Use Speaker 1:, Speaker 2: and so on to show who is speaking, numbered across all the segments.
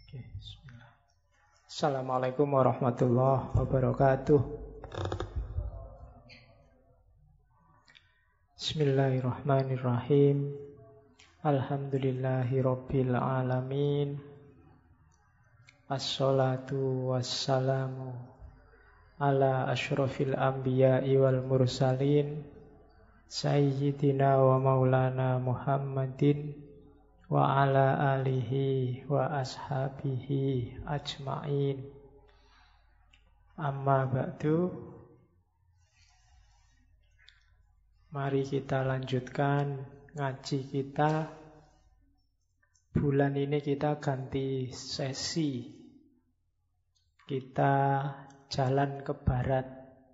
Speaker 1: Oke, bismillah. Assalamualaikum warahmatullahi wabarakatuh. Bismillahirrahmanirrahim. Alhamdulillahi rabbil alamin. Assalatu wassalamu ala asyrafil anbiya'i wal mursalin Sayyidina wa maulana Muhammadin wa ala alihi wa ashabihi ajma'in. Amma ba'du. Mari kita lanjutkan ngaji kita. Bulan ini kita ganti sesi. Kita jalan ke barat.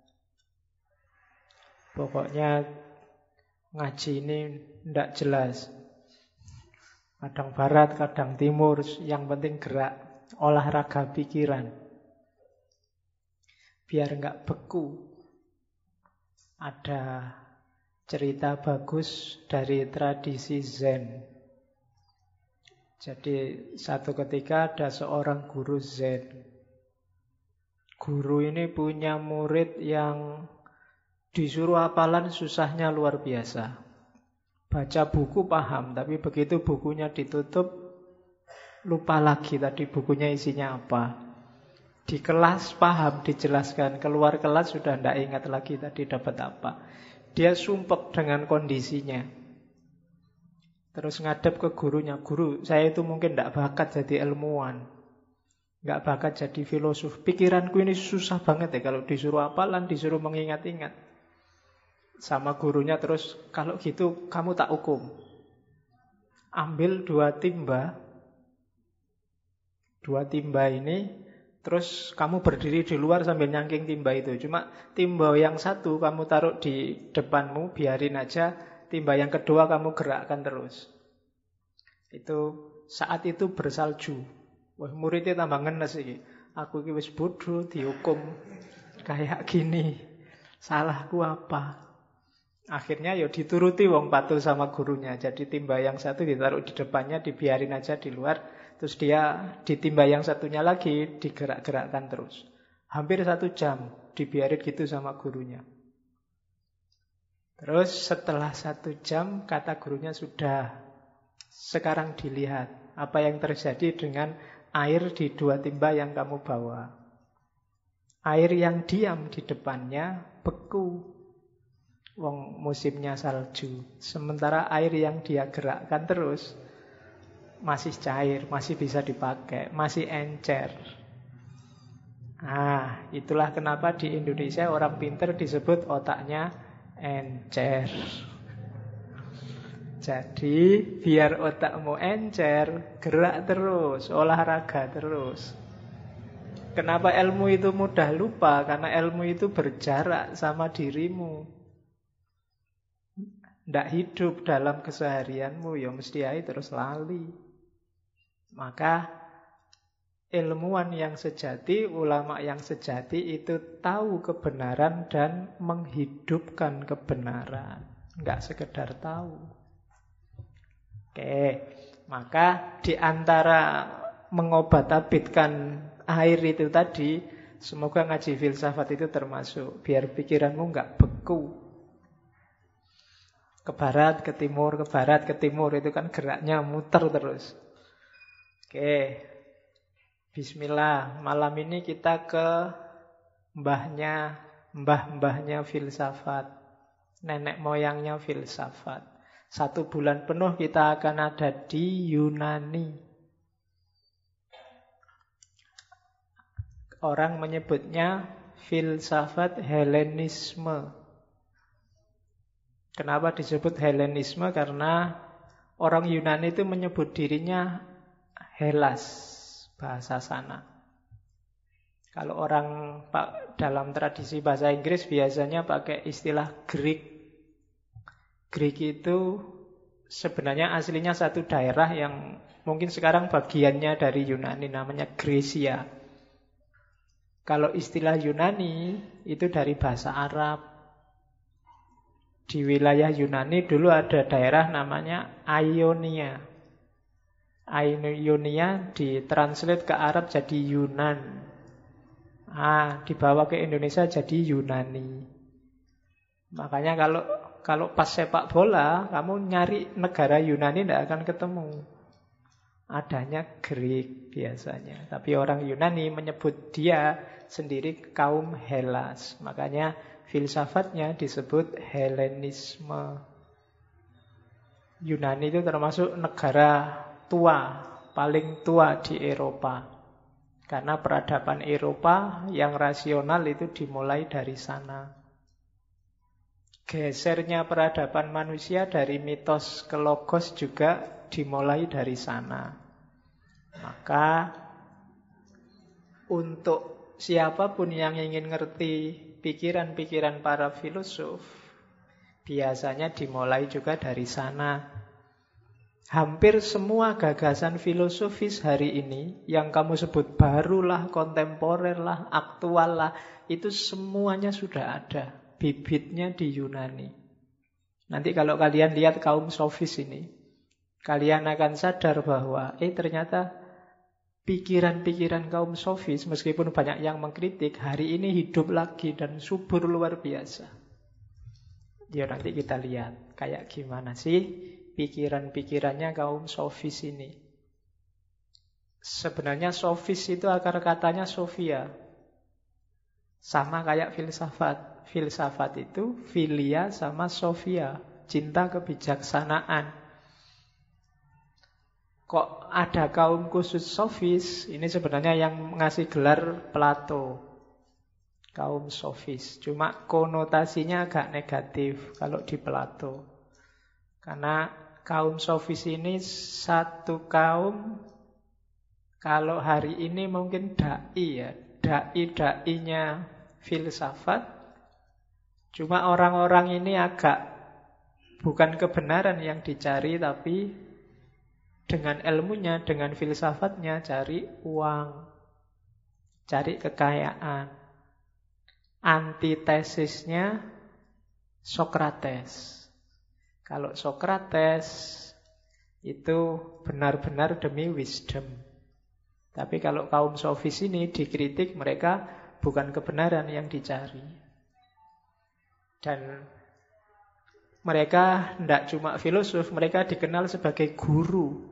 Speaker 1: Pokoknya ngaji ini tidak jelas. Kadang barat, kadang timur, yang penting gerak, olahraga pikiran. Biar nggak beku. Ada cerita bagus dari tradisi Zen. Jadi satu ketika ada seorang guru Zen. Guru ini punya murid yang disuruh hafalan susahnya luar biasa. Baca buku paham, tapi begitu bukunya ditutup, lupa lagi tadi bukunya isinya apa. Di kelas paham, dijelaskan. Keluar kelas sudah tidak ingat lagi tadi dapat apa. Dia sumpek dengan kondisinya. Terus ngadep ke gurunya. Guru, saya itu mungkin tidak bakat jadi ilmuwan. Nggak bakat jadi filosof. Pikiranku ini susah banget ya kalau disuruh hafalan, disuruh mengingat-ingat. Sama gurunya terus, kalau gitu kamu tak hukum. Ambil 2 timba. 2 timba ini, terus kamu berdiri di luar sambil nyangking timba itu. Cuma timba yang satu kamu taruh di depanmu, biarin aja. Timba yang kedua kamu gerakkan terus. Itu saat itu bersalju. Wah, muridnya tambah ngenes iki. Aku iki wis bodoh dihukum kayak gini. Salahku apa? Akhirnya ya dituruti wong patuh sama gurunya. Jadi timba yang satu ditaruh di depannya, dibiarin aja di luar. Terus dia di timba yang satunya lagi digerak-gerakkan terus. Hampir 1 jam dibiarin gitu sama gurunya. Terus setelah 1 jam kata gurunya, sudah. Sekarang dilihat apa yang terjadi dengan air di 2 timba yang kamu bawa. Air yang diam di depannya beku. Wong musimnya salju. Sementara air yang dia gerakkan terus masih cair, masih bisa dipakai, masih encer. Nah, itulah kenapa di Indonesia orang pinter disebut otaknya encer. Jadi biar otakmu encer, gerak terus, olahraga terus. Kenapa ilmu itu mudah lupa? Karena ilmu itu berjarak sama dirimu. Tidak hidup dalam keseharianmu, ya mesti aja terus lali. Maka ilmuwan yang sejati, ulama yang sejati itu tahu kebenaran dan menghidupkan kebenaran. Enggak sekedar tahu. Oke, maka di antara mengobat-abitkan air itu tadi, semoga ngaji filsafat itu termasuk. Biar pikiranmu enggak beku. Ke barat, ke timur, ke barat, ke timur. Itu kan geraknya muter terus. Oke, bismillah. Malam ini kita ke mbah-mbahnya filsafat. Nenek moyangnya filsafat. 1 bulan penuh kita akan ada di Yunani. Orang menyebutnya filsafat Helenisme. Kenapa disebut Helenisme? Karena orang Yunani itu menyebut dirinya Hellas, bahasa sana. Kalau orang dalam tradisi bahasa Inggris biasanya pakai istilah Greek. Greek itu sebenarnya aslinya satu daerah yang mungkin sekarang bagiannya dari Yunani, namanya Grecia. Kalau istilah Yunani itu dari bahasa Arab. Di wilayah Yunani dulu ada daerah namanya Ionia. Ainonia ditranslate ke Arab jadi Yunan. Dibawa ke Indonesia jadi Yunani. Makanya kalau pas sepak bola, kamu nyari negara Yunani tidak akan ketemu. Adanya Greek biasanya. Tapi orang Yunani menyebut dia sendiri kaum Hellas. Makanya filsafatnya disebut Helenisme. Yunani itu termasuk negara tua, paling tua di Eropa. Karena peradaban Eropa yang rasional itu dimulai dari sana. Gesernya peradaban manusia dari mitos ke logos juga dimulai dari sana. Maka untuk siapapun yang ingin ngerti pikiran-pikiran para filosof, biasanya dimulai juga dari sana. Hampir semua gagasan filosofis hari ini yang kamu sebut barulah, kontemporer lah, aktual lah, itu semuanya sudah ada. Bibitnya di Yunani. Nanti kalau kalian lihat kaum sofis ini, kalian akan sadar bahwa ternyata pikiran-pikiran kaum sofis, meskipun banyak yang mengkritik, hari ini hidup lagi dan subur luar biasa. Ya nanti kita lihat kayak gimana sih pikiran-pikirannya kaum sofis ini. Sebenarnya sofis itu akar katanya Sofia. Sama kayak filsafat. Filsafat itu filia sama Sofia, cinta kebijaksanaan. Kok ada kaum khusus sofis? Ini sebenarnya yang ngasih gelar Plato. Kaum sofis. Cuma konotasinya agak negatif kalau di Plato. Karena kaum sofis ini satu kaum, kalau hari ini mungkin da'i ya, da'i-da'inya filsafat. Cuma orang-orang ini agak bukan kebenaran yang dicari, tapi dengan ilmunya, dengan filsafatnya cari uang, cari kekayaan. Antitesisnya Sokrates. Kalau Sokrates itu benar-benar demi wisdom. Tapi kalau kaum sofis ini dikritik, mereka bukan kebenaran yang dicari. Dan mereka tidak cuma filosof, mereka dikenal sebagai guru.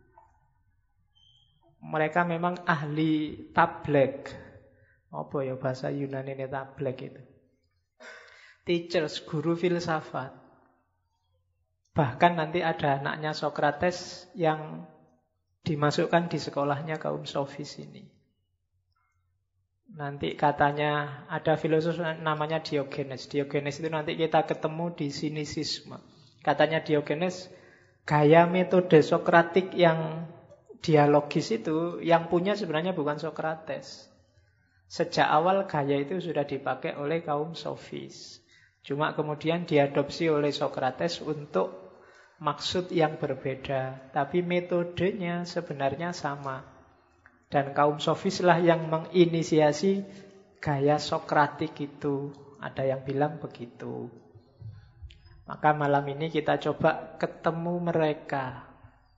Speaker 1: Mereka memang ahli tablek. Apa ya bahasa Yunani ini tablek itu? Teachers, guru filsafat. Bahkan nanti ada anaknya Sokrates yang dimasukkan di sekolahnya kaum sofis ini. Nanti katanya ada filosof namanya Diogenes. Diogenes itu nanti kita ketemu di sinisisme. Katanya Diogenes, gaya metode Sokratik yang dialogis itu yang punya sebenarnya bukan Sokrates. Sejak awal gaya itu sudah dipakai oleh kaum sofis. Cuma kemudian diadopsi oleh Sokrates untuk maksud yang berbeda, tapi metodenya sebenarnya sama. Dan kaum sofis lah yang menginisiasi gaya Sokratik itu. Ada yang bilang begitu. Maka malam ini kita coba ketemu mereka.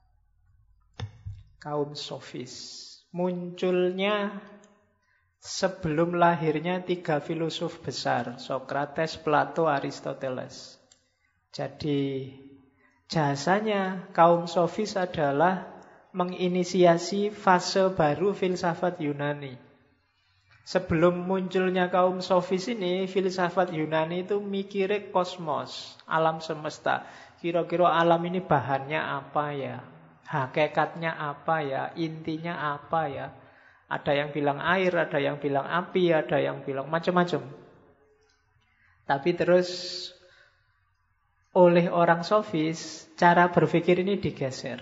Speaker 1: Kaum sofis. Munculnya sebelum lahirnya 3 filosof besar, Sokrates, Plato, Aristoteles. Jadi jasanya kaum sofis adalah menginisiasi fase baru filsafat Yunani. Sebelum munculnya kaum sofis ini, filsafat Yunani itu mikirnya kosmos, alam semesta. Kira-kira alam ini bahannya apa ya? Hakikatnya apa ya? Intinya apa ya? Ada yang bilang air, ada yang bilang api, ada yang bilang macam-macam. Tapi terus oleh orang sofis, cara berpikir ini digeser.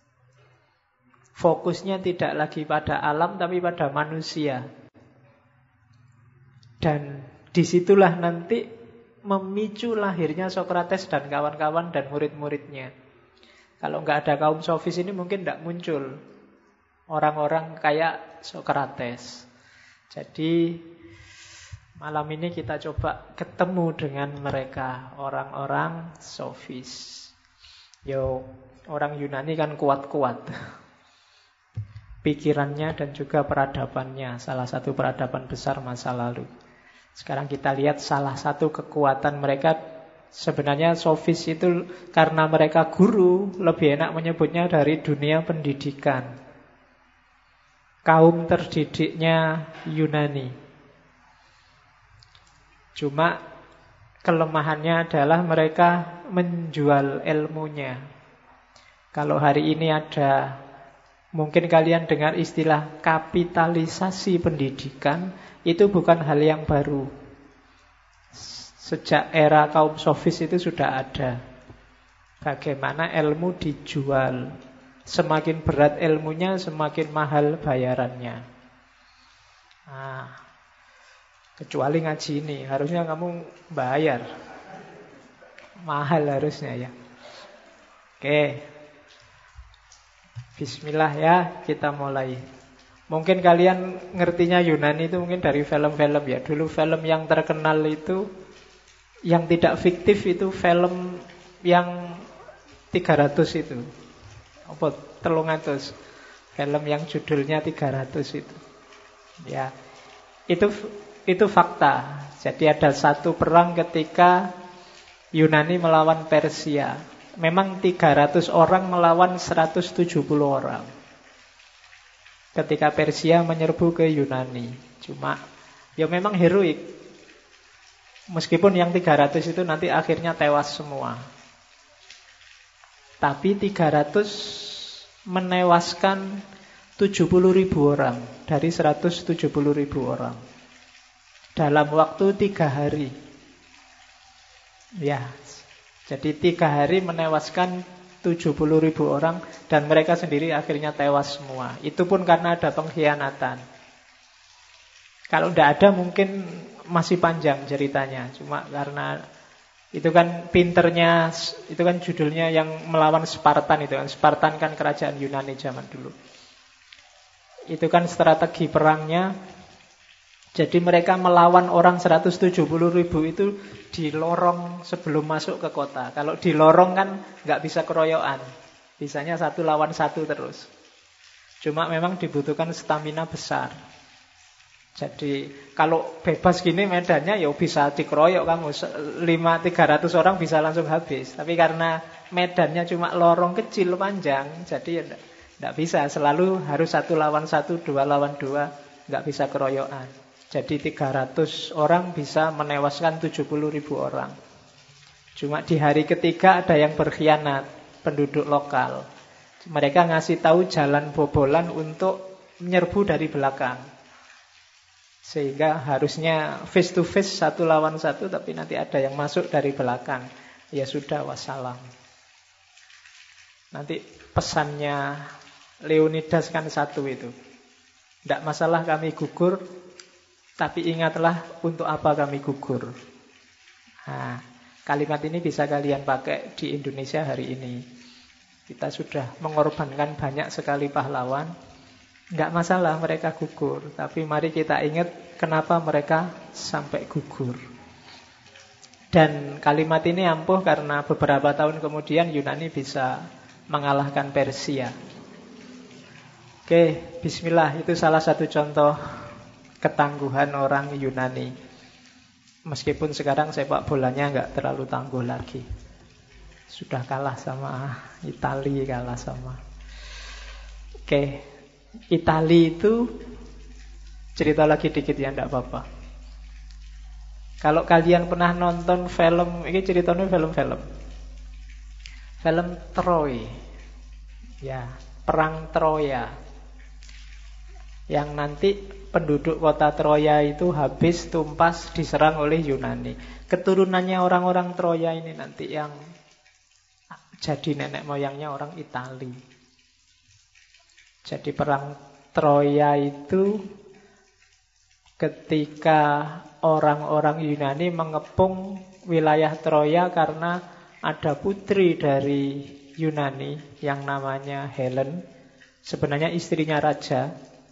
Speaker 1: Fokusnya tidak lagi pada alam, tapi pada manusia. Dan disitulah nanti memicu lahirnya Sokrates dan kawan-kawan dan murid-muridnya. Kalau nggak ada kaum sofis ini mungkin tidak muncul orang-orang kayak Sokrates. Jadi malam ini kita coba ketemu dengan mereka, orang-orang sofis. Yo, orang Yunani kan kuat-kuat. pikirannya dan juga peradabannya. Salah satu peradaban besar masa lalu. Sekarang kita lihat salah satu kekuatan mereka. Sebenarnya sofis itu karena mereka guru, lebih enak menyebutnya dari dunia pendidikan. Kaum terdidiknya Yunani. Cuma kelemahannya adalah mereka menjual ilmunya. Kalau hari ini ada, mungkin kalian dengar istilah kapitalisasi pendidikan, itu bukan hal yang baru. Sejak era kaum sofis itu sudah ada. Bagaimana ilmu dijual. Semakin berat ilmunya, semakin mahal bayarannya. Nah, kecuali ngaji ini, harusnya kamu bayar. Mahal harusnya ya. Oke. Bismillah ya, kita mulai. Mungkin kalian ngertinya Yunani itu mungkin dari film-film ya. Dulu film yang terkenal itu, yang tidak fiktif itu film yang 300 itu. Apa 300? Film yang judulnya 300 itu. Ya. Itu fakta. Jadi ada satu perang ketika Yunani melawan Persia. Memang 300 orang melawan 170 orang. Ketika Persia menyerbu ke Yunani. Cuma ya memang heroik. Meskipun yang 300 itu nanti akhirnya tewas semua. Tapi 300 menewaskan 70.000 orang dari 170.000 orang. Dalam waktu 3 hari. Ya, jadi 3 hari menewaskan 70.000 orang dan mereka sendiri akhirnya tewas semua. Itu pun karena ada pengkhianatan. Kalau tidak ada mungkin masih panjang ceritanya. Cuma karena itu kan pinternya, itu kan judulnya yang melawan Spartan itu kan. Spartan kan kerajaan Yunani zaman dulu. Itu kan strategi perangnya. Jadi mereka melawan orang 170.000 itu di lorong sebelum masuk ke kota. Kalau di lorong kan nggak bisa keroyokan. Bisanya 1 lawan 1 terus. Cuma memang dibutuhkan stamina besar. Jadi kalau bebas gini medannya ya bisa dikeroyok kamu. 300 orang bisa langsung habis. Tapi karena medannya cuma lorong kecil panjang, jadi ya tidak bisa. Selalu harus 1 lawan 1, 2 lawan 2. Nggak bisa keroyokan. Jadi 300 orang bisa menewaskan 70.000 orang. Cuma di hari ketiga ada yang berkhianat, penduduk lokal. Mereka ngasih tahu jalan bobolan untuk menyerbu dari belakang. Sehingga harusnya face to face 1 lawan 1, tapi nanti ada yang masuk dari belakang. Ya sudah, wassalam. Nanti pesannya Leonidas kan satu itu. Tidak masalah kami gugur, tapi ingatlah untuk apa kami gugur. Nah, kalimat ini bisa kalian pakai di Indonesia hari ini. Kita sudah mengorbankan banyak sekali pahlawan. Enggak masalah mereka gugur, tapi mari kita ingat kenapa mereka sampai gugur. Dan kalimat ini ampuh karena beberapa tahun kemudian Yunani bisa mengalahkan Persia. Oke, bismillah, itu salah satu contoh ketangguhan orang Yunani. Meskipun sekarang sepak bolanya enggak terlalu tangguh lagi. Sudah kalah sama Italia, kalah sama. Oke, Italia itu cerita lagi dikit ya, enggak apa-apa. Kalau kalian pernah nonton film, ini ceritanya film-film. Film Troy. Ya, perang Troya. Yang nanti penduduk kota Troya itu habis tumpas diserang oleh Yunani. Keturunannya orang-orang Troya ini nanti yang jadi nenek moyangnya orang Itali. Jadi perang Troya itu ketika orang-orang Yunani mengepung wilayah Troya karena ada putri dari Yunani yang namanya Helen. Sebenarnya istrinya raja.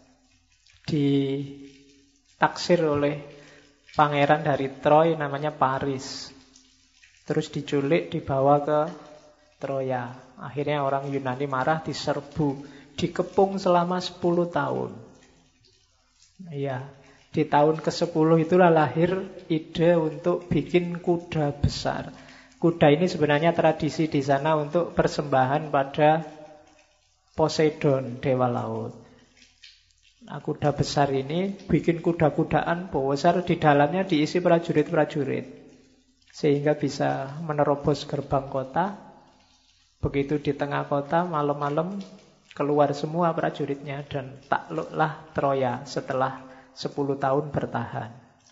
Speaker 1: Ditaksir oleh pangeran dari Troy namanya Paris. Terus diculik, dibawa ke Troya. Akhirnya orang Yunani marah, diserbu dikepung selama 10 tahun. Iya, di tahun ke-10 itulah lahir ide untuk bikin kuda besar. Kuda ini sebenarnya tradisi di sana untuk persembahan pada Poseidon, dewa laut. Nah, kuda besar ini bikin kuda-kudaan besar, di dalamnya diisi prajurit-prajurit sehingga bisa menerobos gerbang kota. Begitu di tengah kota, malam-malam keluar semua prajuritnya dan takluklah Troya setelah 10 tahun bertahan.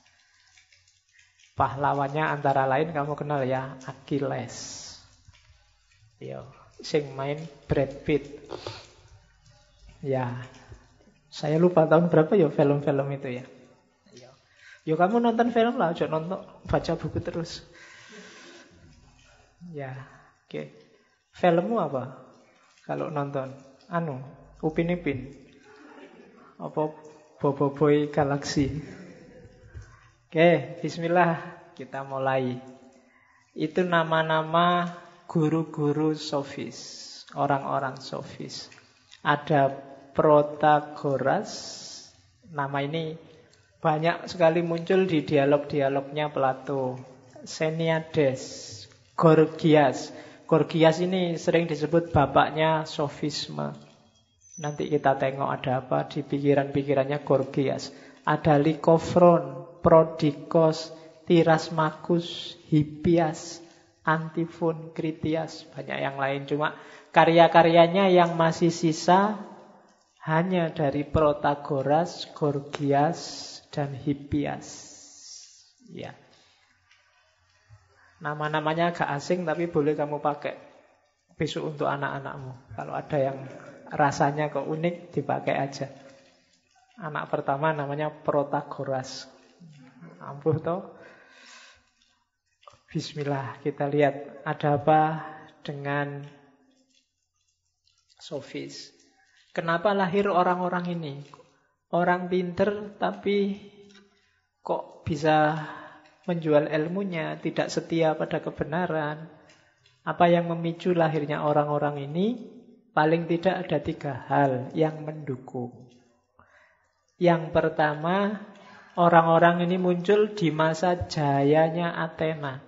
Speaker 1: Pahlawannya antara lain kamu kenal ya, Achilles. Yo, sing main Brad Pitt. Ya, saya lupa tahun berapa ya film-film itu ya. Yo kamu nonton film lah, jangan nonton baca buku terus. Ya, oke. Filmmu apa? Kalau nonton, Upin Ipin, apa Boboiboy Galaxy. Oke, bismillah, kita mulai. Itu nama-nama guru-guru sofis, orang-orang sofis. Ada Protagoras, nama ini banyak sekali muncul di dialog-dialognya Plato. Xeniades, Gorgias. Gorgias ini sering disebut bapaknya sofisme. Nanti kita tengok ada apa di pikiran-pikirannya Gorgias. Ada Lycophron, Prodikos, Tirasmachus, Hippias, Antifon, Critias, banyak yang lain. Cuma karya-karyanya yang masih sisa hanya dari Protagoras, Gorgias, dan Hippias. Ya. Nama-namanya agak asing tapi boleh kamu pakai besok untuk anak-anakmu. Kalau ada yang rasanya kok unik, dipakai aja. Anak pertama namanya Protagoras. Ampuh toh. Bismillah, kita lihat ada apa dengan sofis. Kenapa lahir orang-orang ini? Orang pinter tapi kok bisa menjual ilmunya, tidak setia pada kebenaran. Apa yang memicu lahirnya orang-orang ini? Paling tidak ada 3 hal yang mendukung. Yang pertama, orang-orang ini muncul di masa jayanya Athena.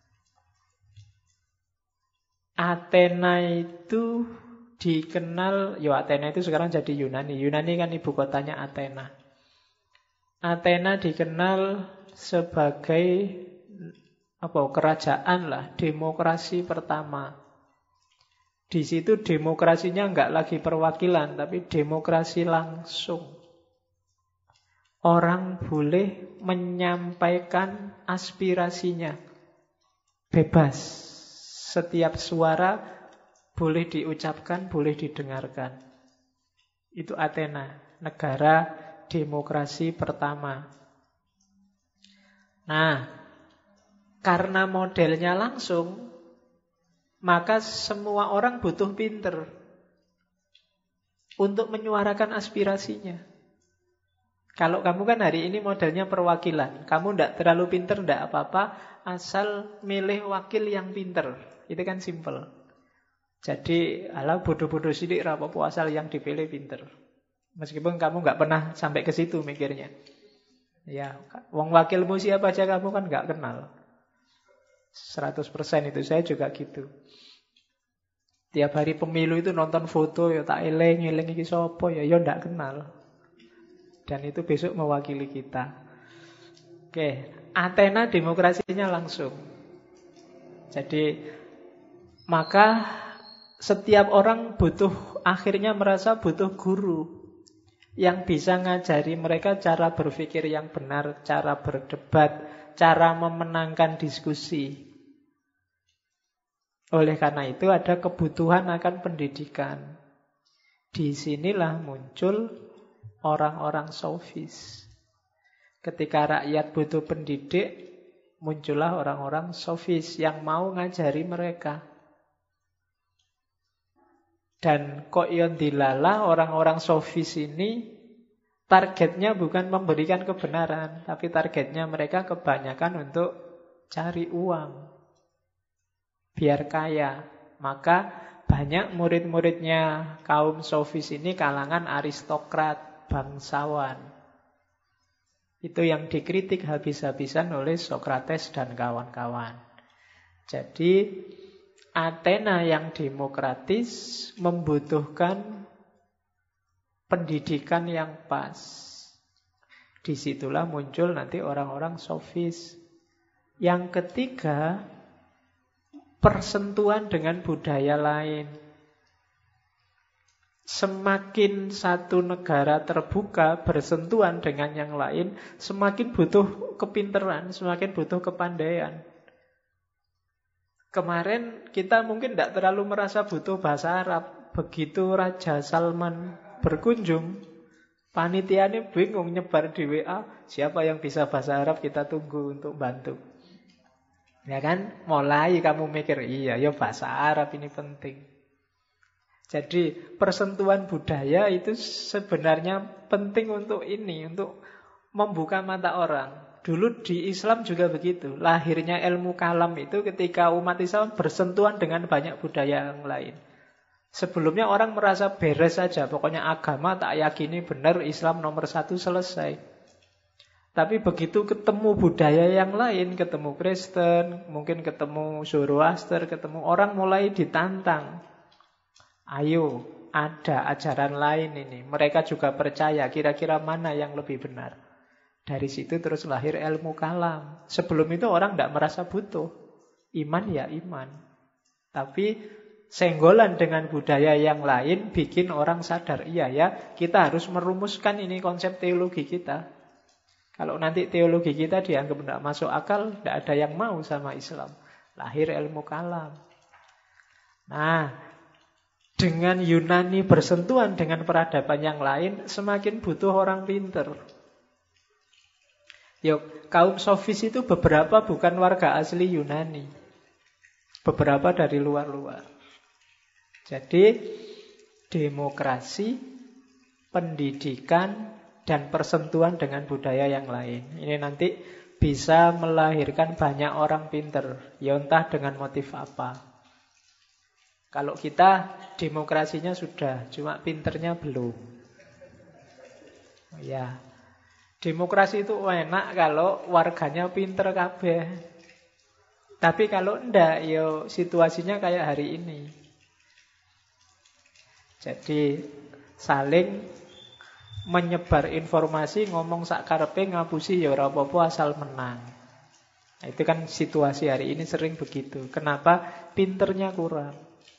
Speaker 1: Athena itu dikenal, Athena itu sekarang jadi Yunani. Yunani kan ibu kotanya Athena. Athena dikenal sebagai kerajaan lah, demokrasi pertama. Di situ demokrasinya enggak lagi perwakilan, tapi demokrasi langsung. Orang boleh menyampaikan aspirasinya bebas. Setiap suara boleh diucapkan, boleh didengarkan. Itu Athena, negara demokrasi pertama. Nah, karena modelnya langsung, maka semua orang butuh pinter untuk menyuarakan aspirasinya. Kalau kamu kan hari ini modelnya perwakilan, kamu tidak terlalu pinter, tidak apa-apa, asal milih wakil yang pinter. Itu kan simple. Jadi, bodoh-bodoh sidik rapopo asal yang dipilih pinter. Meskipun kamu nggak pernah sampai ke situ mikirnya. Ya, wong wakilmu siapa aja kamu kan nggak kenal. 100% itu saya juga gitu. Tiap hari pemilu itu nonton foto, ya tak eling iki sapa ya ndak kenal. Dan itu besok mewakili kita. Oke, Athena demokrasinya langsung. Jadi maka setiap orang akhirnya merasa butuh guru yang bisa ngajari mereka cara berpikir yang benar, cara berdebat, cara memenangkan diskusi. Oleh karena itu ada kebutuhan akan pendidikan. Disinilah muncul orang-orang sofis. Ketika rakyat butuh pendidik, muncullah orang-orang sofis yang mau ngajari mereka. Dan kok yon dilala orang-orang sofis ini targetnya bukan memberikan kebenaran, tapi targetnya mereka kebanyakan untuk cari uang, biar kaya. Maka banyak murid-muridnya kaum sofis ini kalangan aristokrat, bangsawan. Itu yang dikritik habis-habisan oleh Sokrates dan kawan-kawan. Jadi Athena yang demokratis membutuhkan pendidikan yang pas. Disitulah muncul nanti orang-orang sofis. Yang ketiga, persentuhan dengan budaya lain. Semakin satu negara terbuka bersentuhan dengan yang lain, semakin butuh kepinteran, semakin butuh kepandaian. Kemarin kita mungkin tidak terlalu merasa butuh bahasa Arab. Begitu Raja Salman berkunjung, panitia ini bingung nyebar di WA, siapa yang bisa bahasa Arab kita tunggu untuk bantu. Ya kan, mulai kamu mikir, iya ya bahasa Arab ini penting. Jadi persentuhan budaya itu sebenarnya penting untuk ini, untuk membuka mata orang. Dulu di Islam juga begitu. Lahirnya ilmu kalam itu ketika umat Islam bersentuhan dengan banyak budaya yang lain. Sebelumnya orang merasa beres saja, pokoknya agama tak yakini benar, Islam nomor 1 selesai. Tapi begitu ketemu budaya yang lain, ketemu Kristen, mungkin ketemu Zoroaster, ketemu orang mulai ditantang. Ayo, ada ajaran lain ini. Mereka juga percaya, kira-kira mana yang lebih benar. Dari situ terus lahir ilmu kalam. Sebelum itu orang tidak merasa butuh. Iman ya iman. Tapi senggolan dengan budaya yang lain bikin orang sadar, iya ya, kita harus merumuskan ini konsep teologi kita. Kalau nanti teologi kita dianggap tidak masuk akal, tidak ada yang mau sama Islam. Lahir ilmu kalam. Nah, dengan Yunani bersentuhan dengan peradaban yang lain, semakin butuh orang pinter. Yuk, kaum sofis itu beberapa bukan warga asli Yunani. Beberapa dari luar-luar. Jadi, demokrasi, pendidikan, dan persentuhan dengan budaya yang lain. Ini nanti bisa melahirkan banyak orang pinter. Ya entah dengan motif apa. Kalau kita demokrasinya sudah, cuma pinternya belum. Ya, demokrasi itu enak kalau warganya pinter kabeh. Tapi kalau enggak, ya situasinya kayak hari ini. Jadi saling menyebar informasi, ngomong sak karepe, ngapusi ya ora apa-apa asal menang. Nah, itu kan situasi hari ini sering begitu. Kenapa? Pinternya kurang.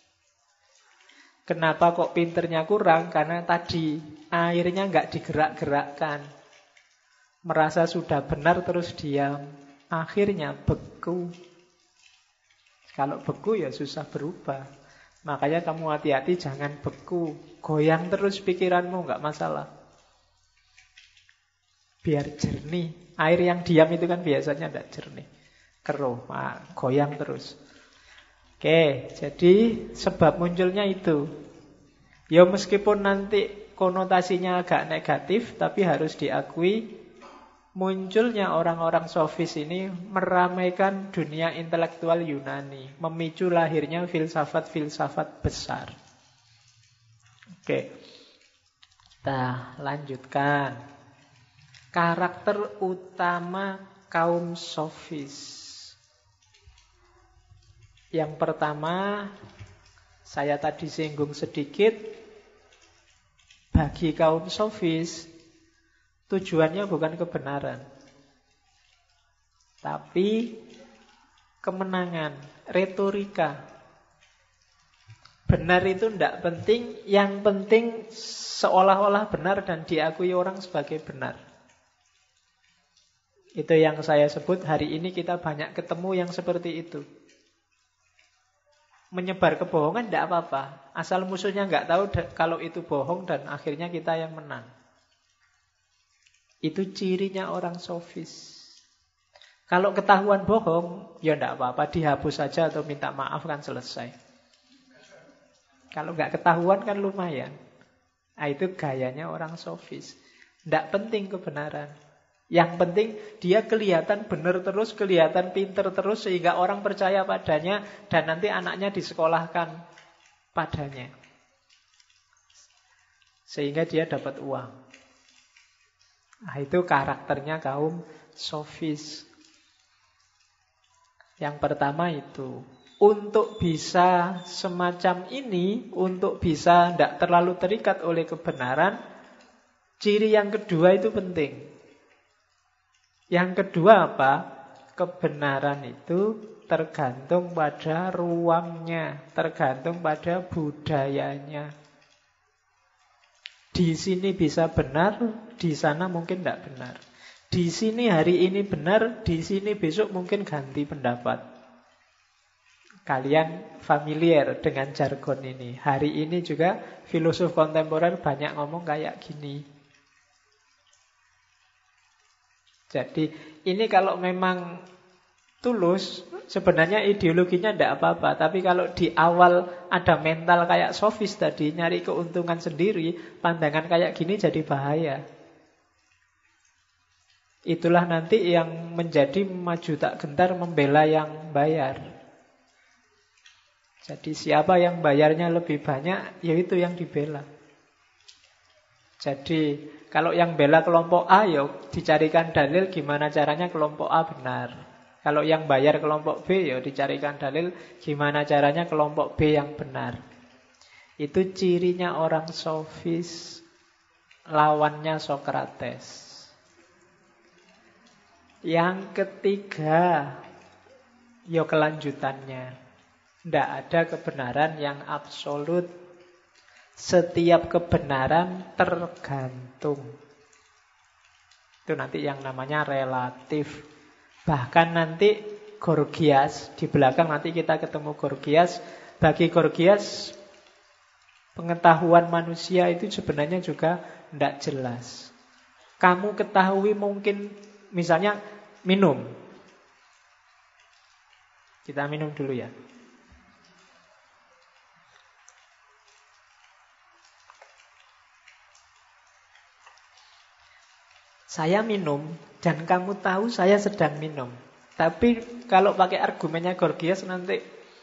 Speaker 1: Kenapa kok pinternya kurang? Karena tadi airnya nggak digerak-gerakkan. Merasa sudah benar terus diam. Akhirnya beku. Kalau beku ya susah berubah. Makanya kamu hati-hati jangan beku. Goyang terus pikiranmu, nggak masalah. Biar jernih. Air yang diam itu kan biasanya tidak jernih. Keruh, goyang terus. Oke, jadi sebab munculnya itu. Ya meskipun nanti konotasinya agak negatif, tapi harus diakui munculnya orang-orang sofis ini meramaikan dunia intelektual Yunani. Memicu lahirnya filsafat-filsafat besar. Oke, kita lanjutkan. Karakter utama kaum sofis. Yang pertama, saya tadi singgung sedikit. Bagi kaum sofis, tujuannya bukan kebenaran, tapi kemenangan, retorika. Benar itu tidak penting, yang penting seolah-olah benar dan diakui orang sebagai benar. Itu yang saya sebut hari ini kita banyak ketemu yang seperti itu. Menyebar kebohongan tidak apa-apa, asal musuhnya nggak tahu kalau itu bohong dan akhirnya kita yang menang. Itu cirinya orang sofis. Kalau ketahuan bohong, ya tidak apa-apa, dihapus saja atau minta maaf kan selesai. Kalau nggak ketahuan kan lumayan. Nah, itu gayanya orang sofis. Tidak penting kebenaran. Yang penting dia kelihatan benar terus, kelihatan pinter terus, sehingga orang percaya padanya dan nanti anaknya disekolahkan padanya. Sehingga dia dapat uang. Nah, itu karakternya kaum sofis. Yang pertama itu, untuk bisa semacam ini, untuk bisa tidak terlalu terikat oleh kebenaran, ciri yang kedua itu penting. Yang kedua apa? Kebenaran itu tergantung pada ruangnya, tergantung pada budayanya. Di sini bisa benar, di sana mungkin tidak benar. Di sini hari ini benar, di sini besok mungkin ganti pendapat. Kalian familiar dengan jargon ini. Hari ini juga filosof kontemporer banyak ngomong kayak gini. Jadi ini kalau memang tulus, sebenarnya ideologinya tidak apa-apa. Tapi kalau di awal ada mental kayak sofis tadi, nyari keuntungan sendiri, pandangan kayak gini jadi bahaya. Itulah nanti yang menjadi maju tak gentar membela yang bayar. Jadi siapa yang bayarnya lebih banyak, yaitu yang dibela. Jadi kalau yang bela kelompok A, ya dicarikan dalil gimana caranya kelompok A benar. Kalau yang bayar kelompok B, ya dicarikan dalil gimana caranya kelompok B yang benar. Itu cirinya orang sofis, lawannya Sokrates. Yang ketiga, ya kelanjutannya. Tidak ada kebenaran yang absolut. Setiap kebenaran tergantung. Itu nanti yang namanya relatif. Bahkan nanti Gorgias, di belakang nanti kita ketemu Gorgias. Bagi Gorgias, pengetahuan manusia itu sebenarnya juga tidak jelas. Kamu ketahui mungkin, misalnya minum. Kita minum dulu ya. Saya minum dan kamu tahu saya sedang minum. Tapi kalau pakai argumennya Gorgias nanti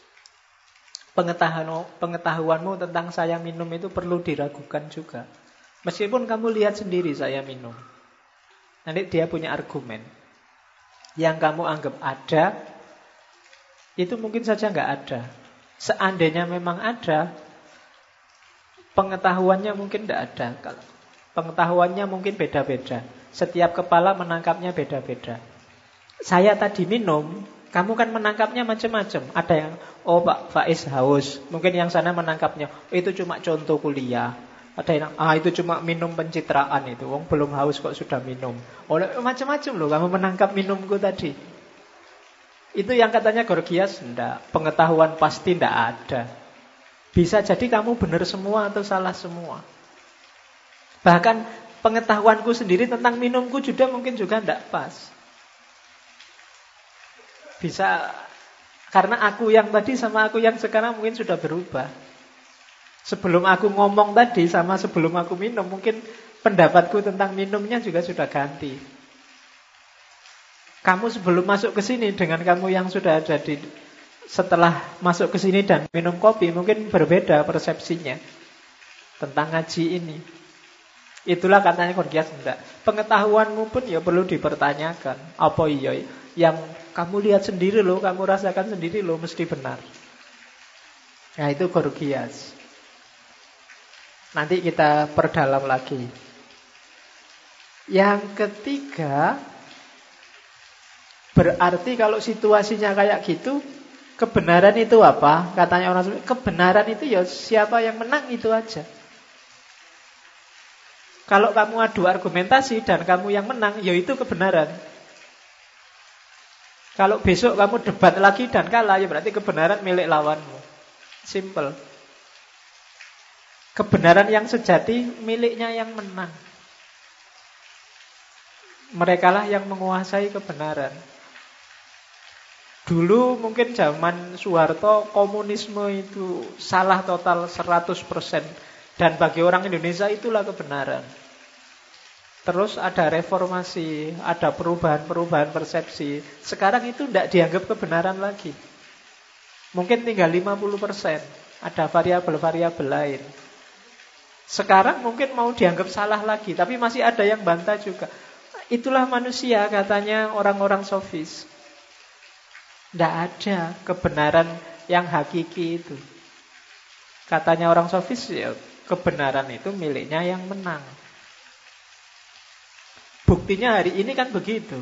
Speaker 1: pengetahuanmu tentang saya minum itu perlu diragukan juga. Meskipun kamu lihat sendiri saya minum. Nanti dia punya argumen. Yang kamu anggap ada, itu mungkin saja nggak ada. Seandainya memang ada, pengetahuannya mungkin tidak ada. Pengetahuannya mungkin beda-beda. Setiap kepala menangkapnya beda-beda. Saya tadi minum, kamu kan menangkapnya macam-macam. Ada yang, oh Pak Faiz haus. Mungkin yang sana menangkapnya, oh, itu cuma contoh kuliah. Ada yang, itu cuma minum pencitraan itu. Wong belum haus kok sudah minum. Oh, macam-macam loh kamu menangkap minumku tadi. Itu yang katanya Gorgias, enggak. Pengetahuan pasti enggak ada. Bisa jadi kamu benar semua atau salah semua. Bahkan pengetahuanku sendiri tentang minumku juga mungkin juga tidak pas. Bisa, karena aku yang tadi sama aku yang sekarang mungkin sudah berubah. Sebelum aku ngomong tadi sama sebelum aku minum, mungkin pendapatku tentang minumnya juga sudah ganti. Kamu sebelum masuk ke sini dengan kamu yang sudah ada di setelah masuk ke sini dan minum kopi, mungkin berbeda persepsinya tentang ngaji ini. Itulah katanya Gorgias, enggak. Pengetahuanmu pun ya perlu dipertanyakan. Apa iya yang kamu lihat sendiri loh, kamu rasakan sendiri loh, mesti benar. Nah itu Gorgias. Nanti kita perdalam lagi. Yang ketiga, berarti kalau situasinya kayak gitu, kebenaran itu apa? Katanya orang, kebenaran itu ya siapa yang menang itu aja. Kalau kamu adu argumentasi dan kamu yang menang, ya itu kebenaran. Kalau besok kamu debat lagi dan kalah, ya berarti kebenaran milik lawanmu. Simple. Kebenaran yang sejati miliknya yang menang. Merekalah yang menguasai kebenaran. Dulu mungkin zaman Soeharto komunisme itu salah total 100%. Dan bagi orang Indonesia itulah kebenaran. Terus ada reformasi, ada perubahan-perubahan persepsi. Sekarang itu tidak dianggap kebenaran lagi. Mungkin tinggal 50%. Ada variabel-variabel lain. Sekarang mungkin mau dianggap salah lagi, tapi masih ada yang bantah juga. Itulah manusia, katanya orang-orang sofis. Tidak ada kebenaran yang hakiki itu. Katanya orang sofis, ya, kebenaran itu miliknya yang menang. Buktinya hari ini kan begitu.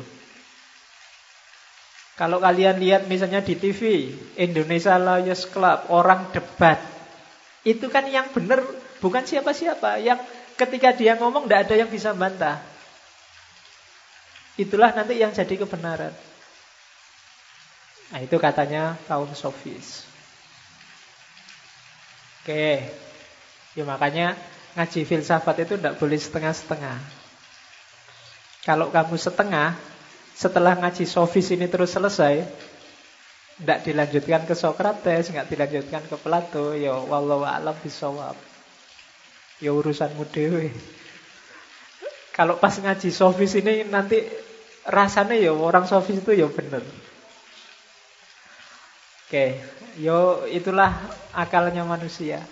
Speaker 1: Kalau kalian lihat misalnya di TV, Indonesia Lawyers Club, orang debat. Itu kan yang benar bukan siapa-siapa. Yang ketika dia ngomong tidak ada yang bisa bantah. Itulah nanti yang jadi kebenaran. Nah itu katanya kaum sofis. Oke. Ya makanya ngaji filsafat itu tidak boleh setengah-setengah. Kalau kamu setengah, setelah ngaji sofis ini terus selesai, tidak dilanjutkan ke Sokrates, tidak dilanjutkan ke Plato, ya wallahu a'lam bishawab. Ya urusanmu dewe. Kalau pas ngaji sofis ini nanti rasanya ya orang sofis itu ya bener. Oke, yo itulah akalnya manusia.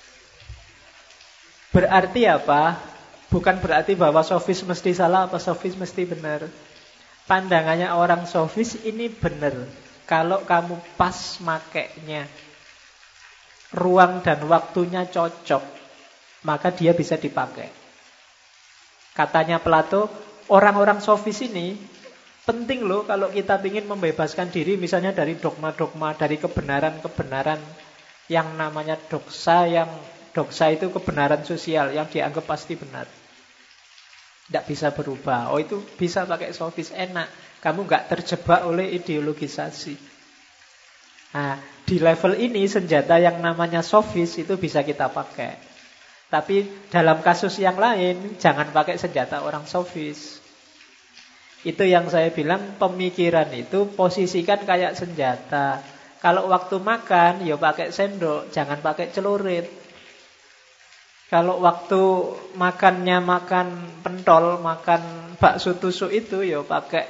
Speaker 1: Berarti apa? Bukan berarti bahwa sofis mesti salah apa sofis mesti benar. Pandangannya orang sofis ini benar. Kalau kamu pas makainya, ruang dan waktunya cocok, maka dia bisa dipakai. Katanya Plato, orang-orang sofis ini penting loh kalau kita ingin membebaskan diri misalnya dari dogma-dogma, dari kebenaran-kebenaran yang namanya doksa, yang doksa itu kebenaran sosial yang dianggap pasti benar. Tidak bisa berubah. Oh itu bisa pakai sofis, enak. Kamu nggak terjebak oleh ideologisasi. Nah, di level ini senjata yang namanya sofis itu bisa kita pakai. Tapi dalam kasus yang lain jangan pakai senjata orang sofis. Itu yang saya bilang pemikiran itu posisikan kayak senjata. Kalau waktu makan ya pakai sendok, jangan pakai celurit. Kalau waktu makannya makan pentol, makan bakso tusuk itu ya pakai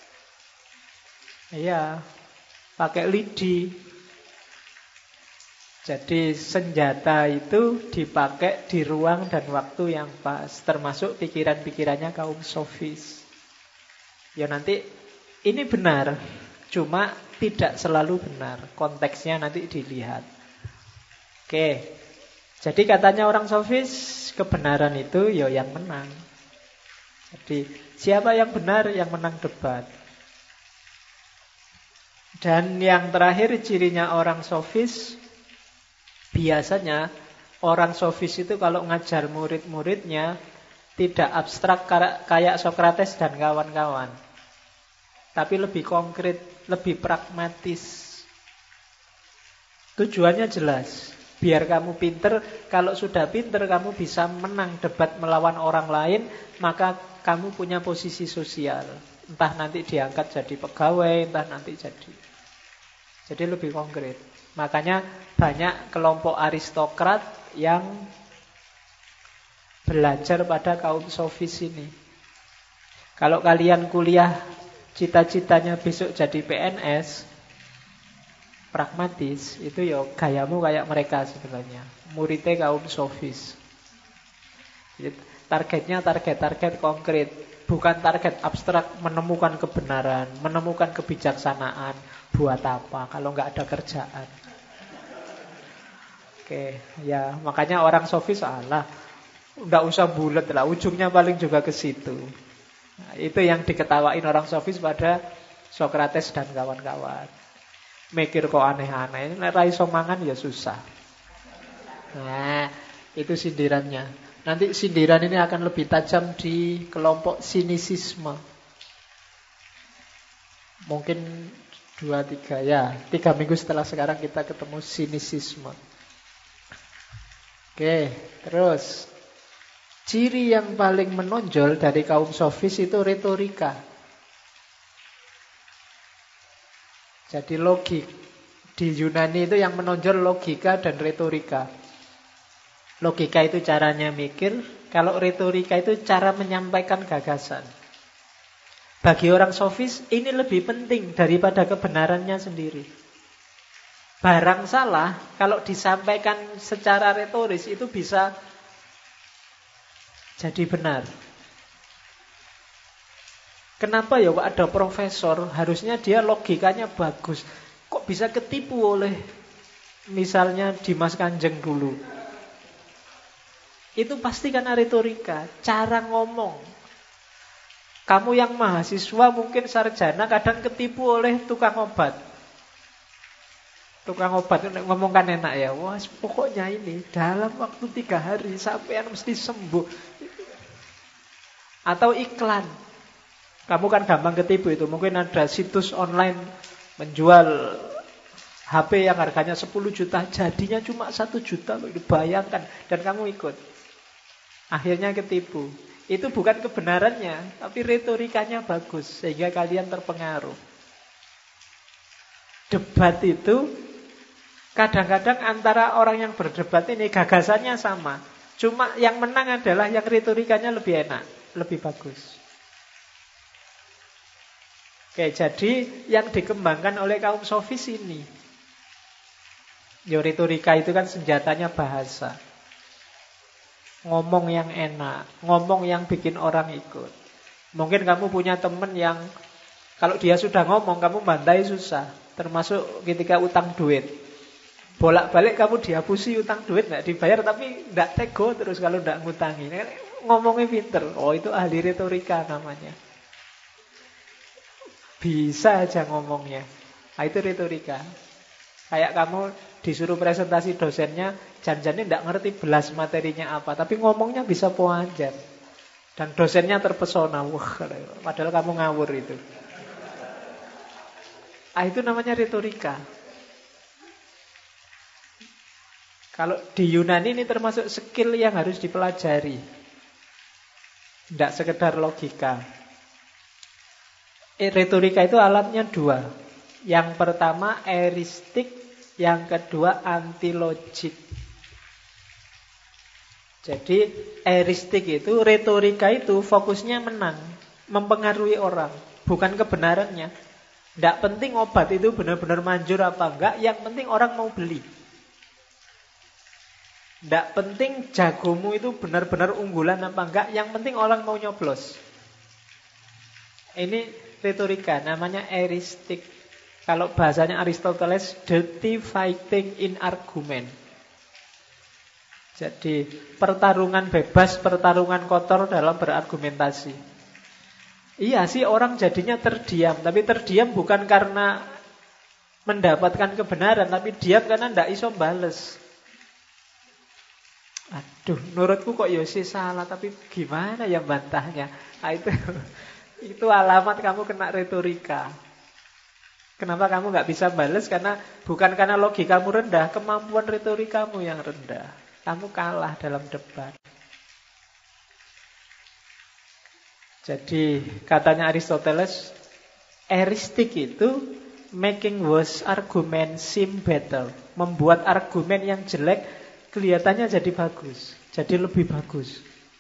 Speaker 1: lidi. Jadi senjata itu dipakai di ruang dan waktu yang pas, termasuk pikiran-pikirannya kaum sofis. Ya nanti ini benar, cuma tidak selalu benar. Konteksnya nanti dilihat. Oke. Jadi katanya orang sofis, kebenaran itu ya yang menang. Jadi siapa yang benar, yang menang debat. Dan yang terakhir cirinya orang sofis, biasanya orang sofis itu kalau ngajar murid-muridnya tidak abstrak kayak Sokrates dan kawan-kawan. Tapi lebih konkret, lebih pragmatis. Tujuannya jelas. Biar kamu pinter, kalau sudah pinter kamu bisa menang debat melawan orang lain, maka kamu punya posisi sosial. Entah nanti diangkat jadi pegawai, entah nanti jadi lebih konkret. Makanya banyak kelompok aristokrat yang belajar pada kaum sofis ini. Kalau kalian kuliah cita-citanya besok jadi PNS, pragmatis, itu ya gayamu kayak mereka sebenarnya. Muridnya kaum sofis. Targetnya target konkret, bukan target abstrak menemukan kebenaran, menemukan kebijaksanaan. Buat apa kalau nggak ada kerjaan? Oke, ya makanya orang sofis nggak usah bulat lah, ujungnya paling juga ke situ. Nah, itu yang diketawain orang sofis pada Sokrates dan kawan-kawan. Mikir kok aneh-aneh, rai somangan ya susah. Nah, itu sindirannya. Nanti sindiran ini akan lebih tajam di kelompok sinisisme. Mungkin 2-3 ya, 3 minggu setelah sekarang kita ketemu sinisisme. Oke, terus ciri yang paling menonjol dari kaum sofis itu retorika. Jadi logik. Di Yunani itu yang menonjol logika dan retorika. Logika itu caranya mikir, kalau retorika itu cara menyampaikan gagasan. Bagi orang sofis ini lebih penting daripada kebenarannya sendiri. Barang salah, kalau disampaikan secara retoris itu bisa jadi benar. Kenapa ya kok ada profesor, harusnya dia logikanya bagus. Kok bisa ketipu oleh misalnya Dimas Kanjeng dulu? Itu pasti karena retorika, cara ngomong. Kamu yang mahasiswa mungkin sarjana kadang ketipu oleh tukang obat. Tukang obat itu ngomong kan enak ya. Wah pokoknya ini dalam waktu 3 hari sampean mesti sembuh. Atau iklan. Kamu kan gampang ketipu itu. Mungkin ada situs online menjual HP yang harganya 10 juta, jadinya cuma 1 juta loh. Bayangkan, dan kamu ikut. Akhirnya ketipu. Itu bukan kebenarannya, tapi retorikanya bagus, sehingga kalian terpengaruh. Debat itu kadang-kadang antara orang yang berdebat ini gagasannya sama. Cuma yang menang adalah yang retorikanya lebih enak, lebih bagus. Oke, jadi yang dikembangkan oleh kaum sofis ini. Ya, retorika itu kan senjatanya bahasa. Ngomong yang enak, ngomong yang bikin orang ikut. Mungkin kamu punya teman yang kalau dia sudah ngomong, kamu bantai susah. Termasuk ketika utang duit. Bolak-balik kamu dihapusi utang duit, nggak dibayar, tapi nggak tego terus kalau nggak ngutangi. Ngomongnya pinter. Oh, itu ahli retorika namanya. Bisa aja ngomongnya. Nah, itu retorika. Kayak kamu disuruh presentasi dosennya, janjinya tidak ngerti belas materinya apa, tapi ngomongnya bisa poanjar. Dan dosennya terpesona. Wah, padahal kamu ngawur itu. Ah, itu namanya retorika. Kalau di Yunani ini termasuk skill yang harus dipelajari. Tidak sekedar logika. Retorika itu alatnya 2. Yang pertama eristik, yang kedua antilogik. Jadi eristik itu, retorika itu fokusnya menang, mempengaruhi orang, bukan kebenarannya. Tidak penting obat itu benar-benar manjur apa enggak, yang penting orang mau beli. Tidak penting jagomu itu benar-benar unggulan apa enggak, yang penting orang mau nyoblos. Ini retorika, namanya eristik. Kalau bahasanya Aristoteles, dirty fighting in argument. Jadi pertarungan bebas, pertarungan kotor dalam berargumentasi. Iya sih, orang jadinya terdiam. Tapi terdiam bukan karena mendapatkan kebenaran, tapi diam karena tidak iso bales. Aduh, menurutku kok Yosi salah, tapi gimana ya bantahnya? Nah, itu alamat kamu kena retorika. Kenapa kamu nggak bisa bales? Karena bukan karena logikamu rendah, kemampuan retorikamu yang rendah. Kamu kalah dalam debat. Jadi katanya Aristoteles, eristik itu making worse argument seem better. Membuat argumen yang jelek kelihatannya jadi bagus, jadi lebih bagus.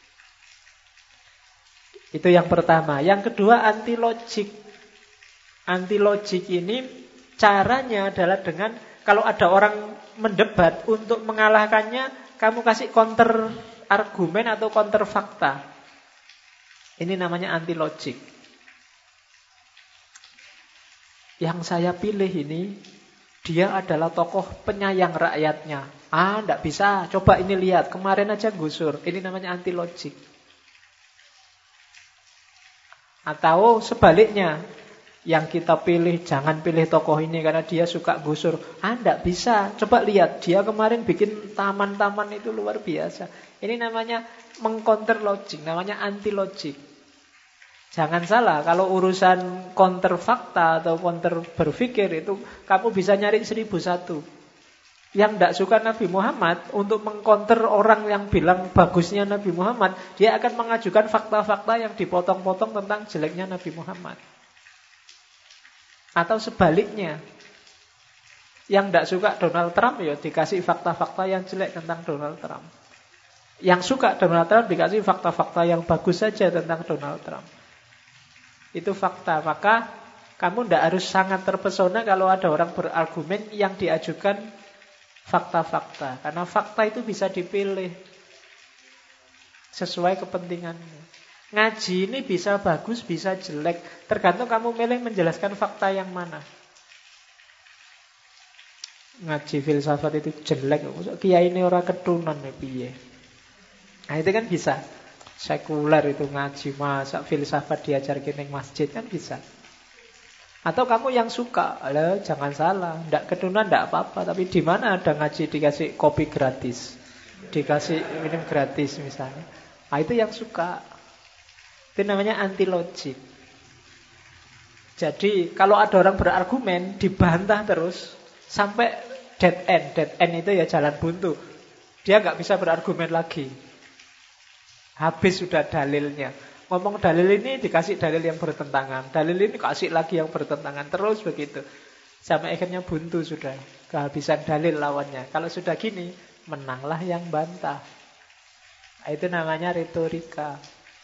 Speaker 1: Itu yang pertama. Yang kedua antilogik. Antilogik ini caranya adalah dengan, kalau ada orang mendebat, untuk mengalahkannya kamu kasih counter argumen atau counter fakta. Ini namanya antilogik. Yang saya pilih ini, dia adalah tokoh penyayang rakyatnya. Ah, enggak bisa, coba ini lihat, kemarin aja gusur. Ini namanya antilogik. Atau sebaliknya, yang kita pilih, jangan pilih tokoh ini karena dia suka gusur. Ah, enggak bisa. Coba lihat, dia kemarin bikin taman-taman itu luar biasa. Ini namanya mengcounter logik, namanya anti logik. Jangan salah, kalau urusan counter fakta atau counter berpikir itu kamu bisa nyari 1001. Yang enggak suka Nabi Muhammad, untuk mengcounter orang yang bilang bagusnya Nabi Muhammad, dia akan mengajukan fakta-fakta yang dipotong-potong tentang jeleknya Nabi Muhammad. Atau sebaliknya, yang tidak suka Donald Trump ya dikasih fakta-fakta yang jelek tentang Donald Trump. Yang suka Donald Trump dikasih fakta-fakta yang bagus saja tentang Donald Trump. Itu fakta. Maka Kamu tidak harus sangat terpesona kalau ada orang berargumen yang diajukan fakta-fakta. Karena fakta itu bisa dipilih sesuai kepentinganmu. Ngaji ini bisa bagus, bisa jelek. Tergantung kamu milih menjelaskan fakta yang mana. Ngaji filsafat itu jelek. Kiai ini orang ketunan ya piye. Nah itu kan bisa. Sekuler itu ngaji, masa filsafat diajar ning masjid kan bisa. Atau kamu yang suka, jangan salah, ndak ketunan ndak apa-apa, tapi di mana ada ngaji dikasih kopi gratis, dikasih minum gratis misalnya. Nah itu yang suka. Itu namanya anti logik. Jadi kalau ada orang berargumen dibantah terus sampai dead end. Dead end itu ya jalan buntu. Dia nggak bisa berargumen lagi. Habis sudah dalilnya. Ngomong dalil ini dikasih dalil yang bertentangan, dalil ini kasih lagi yang bertentangan, terus begitu. Sampai akhirnya buntu sudah, kehabisan dalil lawannya. Kalau sudah gini, menanglah yang bantah. Itu namanya retorika.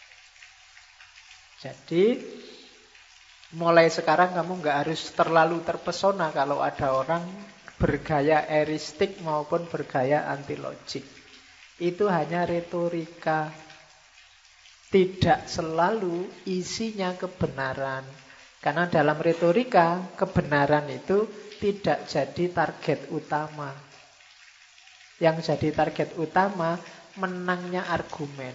Speaker 1: Jadi mulai sekarang kamu nggak harus terlalu terpesona kalau ada orang bergaya eristik maupun bergaya anti logik. Itu hanya retorika. Tidak selalu isinya kebenaran. Karena dalam retorika, kebenaran itu tidak jadi target utama. Yang jadi target utama, menangnya argumen.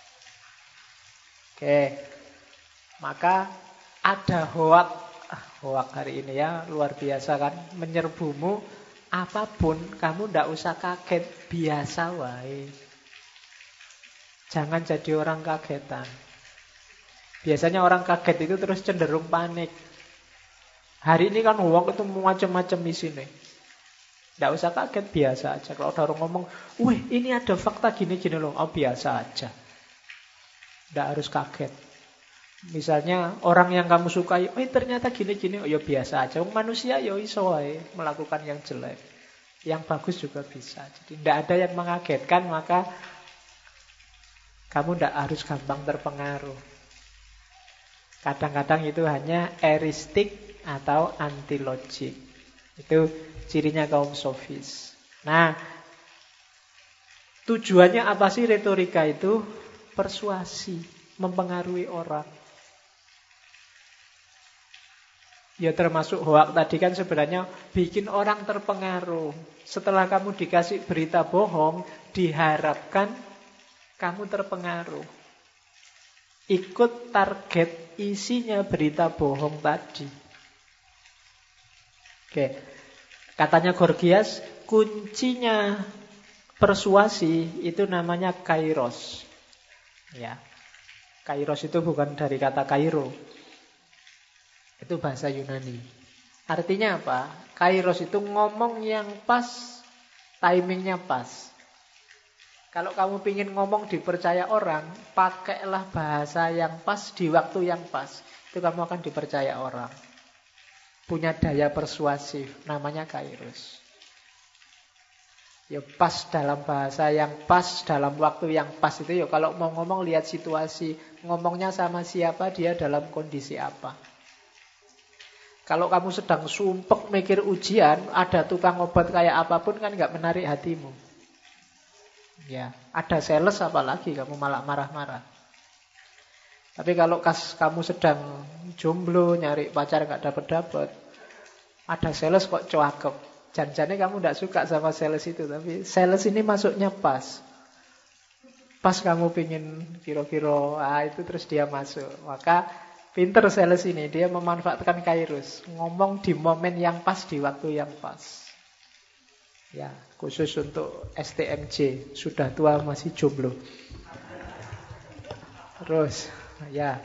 Speaker 1: Oke. Maka ada hoak. Hoak hari ini ya, luar biasa kan. Menyerbumu, apapun, kamu tidak usah kaget. Biasa wae. Jangan jadi orang kagetan. Biasanya orang kaget itu terus cenderung panik. Hari ini kan hoax itu macam-macam isinya. Tidak usah kaget, biasa aja. Kalau ada orang ngomong, wih ini ada fakta gini-gini loh. Oh biasa aja. Tidak harus kaget. Misalnya orang yang kamu sukai, ternyata gini-gini. Oh ya biasa aja. Manusia ya iso wae melakukan yang jelek. Yang bagus juga bisa. Jadi tidak ada yang mengagetkan, maka kamu tidak harus gampang terpengaruh. Kadang-kadang itu hanya eristik atau anti logik. Itu cirinya kaum sofis. Nah, tujuannya apa sih retorika itu? Persuasi, mempengaruhi orang. Ya termasuk hoak tadi kan sebenarnya bikin orang terpengaruh. Setelah kamu dikasih berita bohong, diharapkan kamu terpengaruh. Ikut target isinya berita bohong tadi. Oke. Katanya Gorgias, kuncinya persuasi itu namanya kairos. Ya. Kairos itu bukan dari kata Kairo. Itu bahasa Yunani. Artinya apa? Kairos itu ngomong yang pas, timingnya pas. Kalau kamu ingin ngomong dipercaya orang, pakailah bahasa yang pas di waktu yang pas. Itu kamu akan dipercaya orang. Punya daya persuasif, namanya kairos. Ya pas dalam bahasa yang pas, dalam waktu yang pas itu ya kalau mau ngomong lihat situasi. Ngomongnya sama siapa, dia dalam kondisi apa. Kalau kamu sedang sumpek mikir ujian, ada tukang obat kayak apapun kan nggak menarik hatimu. Ya, ada sales apalagi kamu malah marah-marah. Tapi kalau kamu sedang jomblo, nyari pacar gak dapat-dapat, ada sales kok cakep. Jangan-jangan kamu gak suka sama sales itu, tapi sales ini masuknya pas. Pas kamu pingin kira-kira, itu terus dia masuk. Maka pinter sales ini, dia memanfaatkan kairos. Ngomong di momen yang pas, di waktu yang pas. Ya, khusus untuk STMJ, sudah tua masih jomblo. Terus, ya.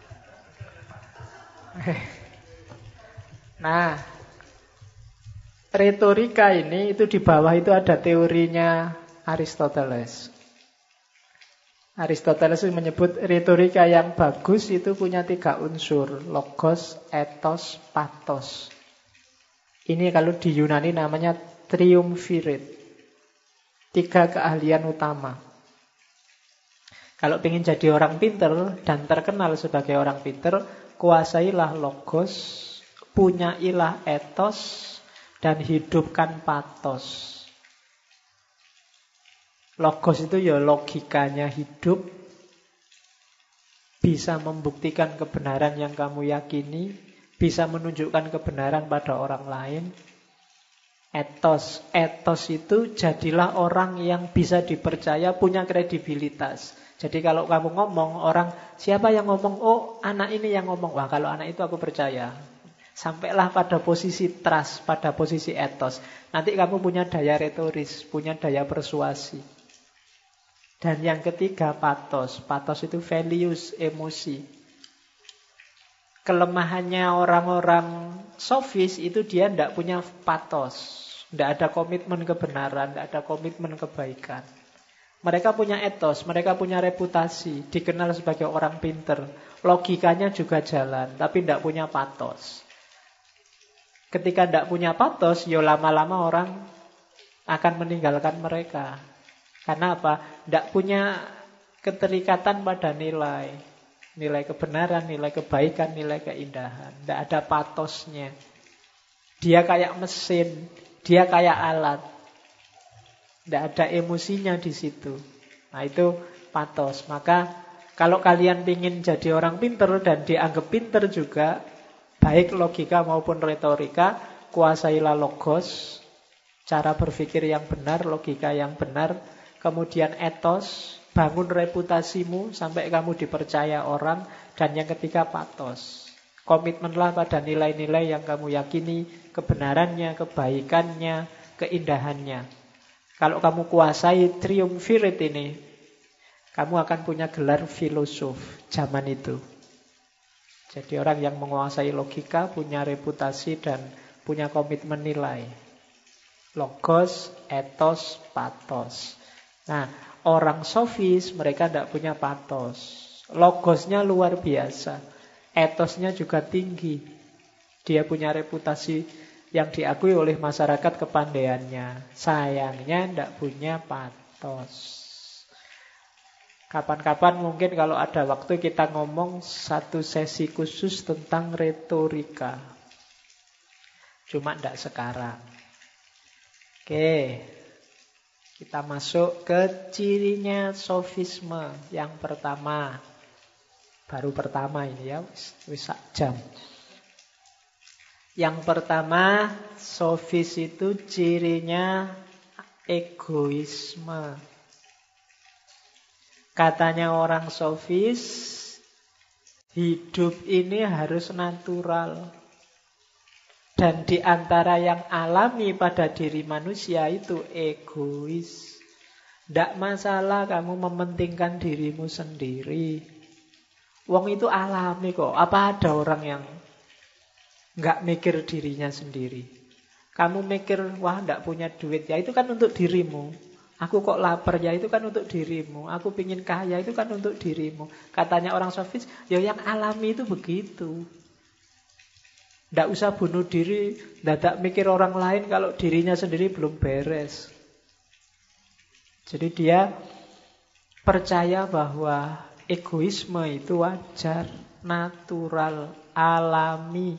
Speaker 1: Nah, retorika ini itu di bawah itu ada teorinya Aristoteles. Aristoteles menyebut retorika yang bagus itu punya 3 unsur, logos, ethos, pathos. Ini kalau di Yunani namanya triumvirate. 3 keahlian utama. Kalau ingin jadi orang pinter dan terkenal sebagai orang pinter, kuasailah logos, Punyailah etos dan hidupkan patos. Logos itu ya logikanya hidup, bisa membuktikan kebenaran yang kamu yakini, bisa menunjukkan kebenaran pada orang lain. Etos itu jadilah orang yang bisa dipercaya, punya kredibilitas. Jadi kalau kamu ngomong, orang siapa yang ngomong? Oh, anak ini yang ngomong. Wah, kalau anak itu aku percaya. Sampailah pada posisi trust, pada posisi etos. Nanti kamu punya daya retoris, punya daya persuasi. Dan yang ketiga patos. Patos itu values, emosi. Kelemahannya orang-orang sofis itu dia tidak punya patos. Tidak ada komitmen kebenaran, tidak ada komitmen kebaikan. Mereka punya etos, mereka punya reputasi, dikenal sebagai orang pinter. Logikanya juga jalan, tapi tidak punya patos. Ketika tidak punya patos, ya lama-lama orang akan meninggalkan mereka. Karena apa? Tidak punya keterikatan pada nilai. Nilai kebenaran, nilai kebaikan, nilai keindahan. Tidak ada patosnya. Dia kayak mesin, dia kayak alat. Tidak ada emosinya di situ. Nah itu patos. Maka kalau kalian ingin jadi orang pinter dan dianggap pinter juga, baik logika maupun retorika, kuasailah logos, cara berpikir yang benar, logika yang benar, kemudian etos, bangun reputasimu sampai kamu dipercaya orang, dan yang ketiga patos. Komitmenlah pada nilai-nilai yang kamu yakini, kebenarannya, kebaikannya, keindahannya. Kalau kamu kuasai triumvirat ini, kamu akan punya gelar filosof zaman itu. Jadi orang yang menguasai logika, punya reputasi dan punya komitmen nilai. Logos, etos, patos. Nah, orang sofis mereka tidak punya patos. Logosnya luar biasa. Etosnya juga tinggi. Dia punya reputasi yang diakui oleh masyarakat kepandaiannya. Sayangnya tidak punya patos. Kapan-kapan mungkin kalau ada waktu kita ngomong satu sesi khusus tentang retorika. Cuma tidak sekarang. Oke. Kita masuk ke cirinya sofisme. Yang pertama. Baru pertama ini ya. Wis sak jam. Yang pertama, sofis itu cirinya egoisme. Katanya orang sofis, hidup ini harus natural. Dan di antara yang alami pada diri manusia itu egois. Tidak masalah kamu mementingkan dirimu sendiri. Wong itu alami kok. Apa ada orang yang nggak mikir dirinya sendiri? Kamu mikir, wah nggak punya duit, ya itu kan untuk dirimu. Aku kok lapar, ya itu kan untuk dirimu. Aku pingin kaya, itu kan untuk dirimu. Katanya orang sofis, ya yang alami itu begitu. Tidak usah bunuh diri, tidak mikir orang lain kalau dirinya sendiri belum beres. Jadi dia percaya bahwa egoisme itu wajar, natural, alami.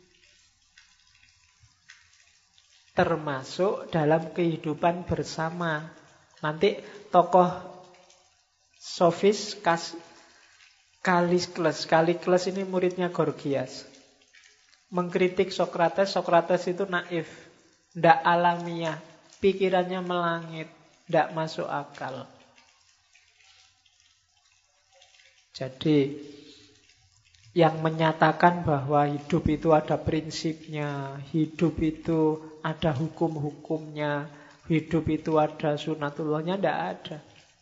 Speaker 1: Termasuk dalam kehidupan bersama. Nanti tokoh sofis Kalikles ini muridnya Gorgias. Mengkritik Sokrates, Sokrates itu naif, tidak alamiah, pikirannya melangit, tidak masuk akal. Jadi yang menyatakan bahwa hidup itu ada prinsipnya, hidup itu ada hukum-hukumnya, hidup itu ada sunatullahnya, tidak ada.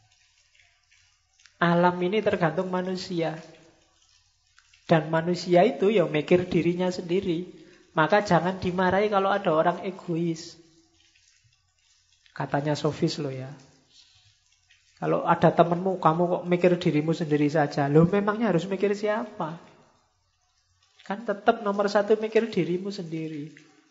Speaker 1: Alam ini tergantung manusia. Dan manusia itu ya mikir dirinya sendiri. Maka jangan dimarahi kalau ada orang egois. Katanya sofis loh ya. Kalau ada temenmu, kamu kok mikir dirimu sendiri saja. Loh memangnya harus mikir siapa? Kan tetap nomor satu mikir dirimu sendiri.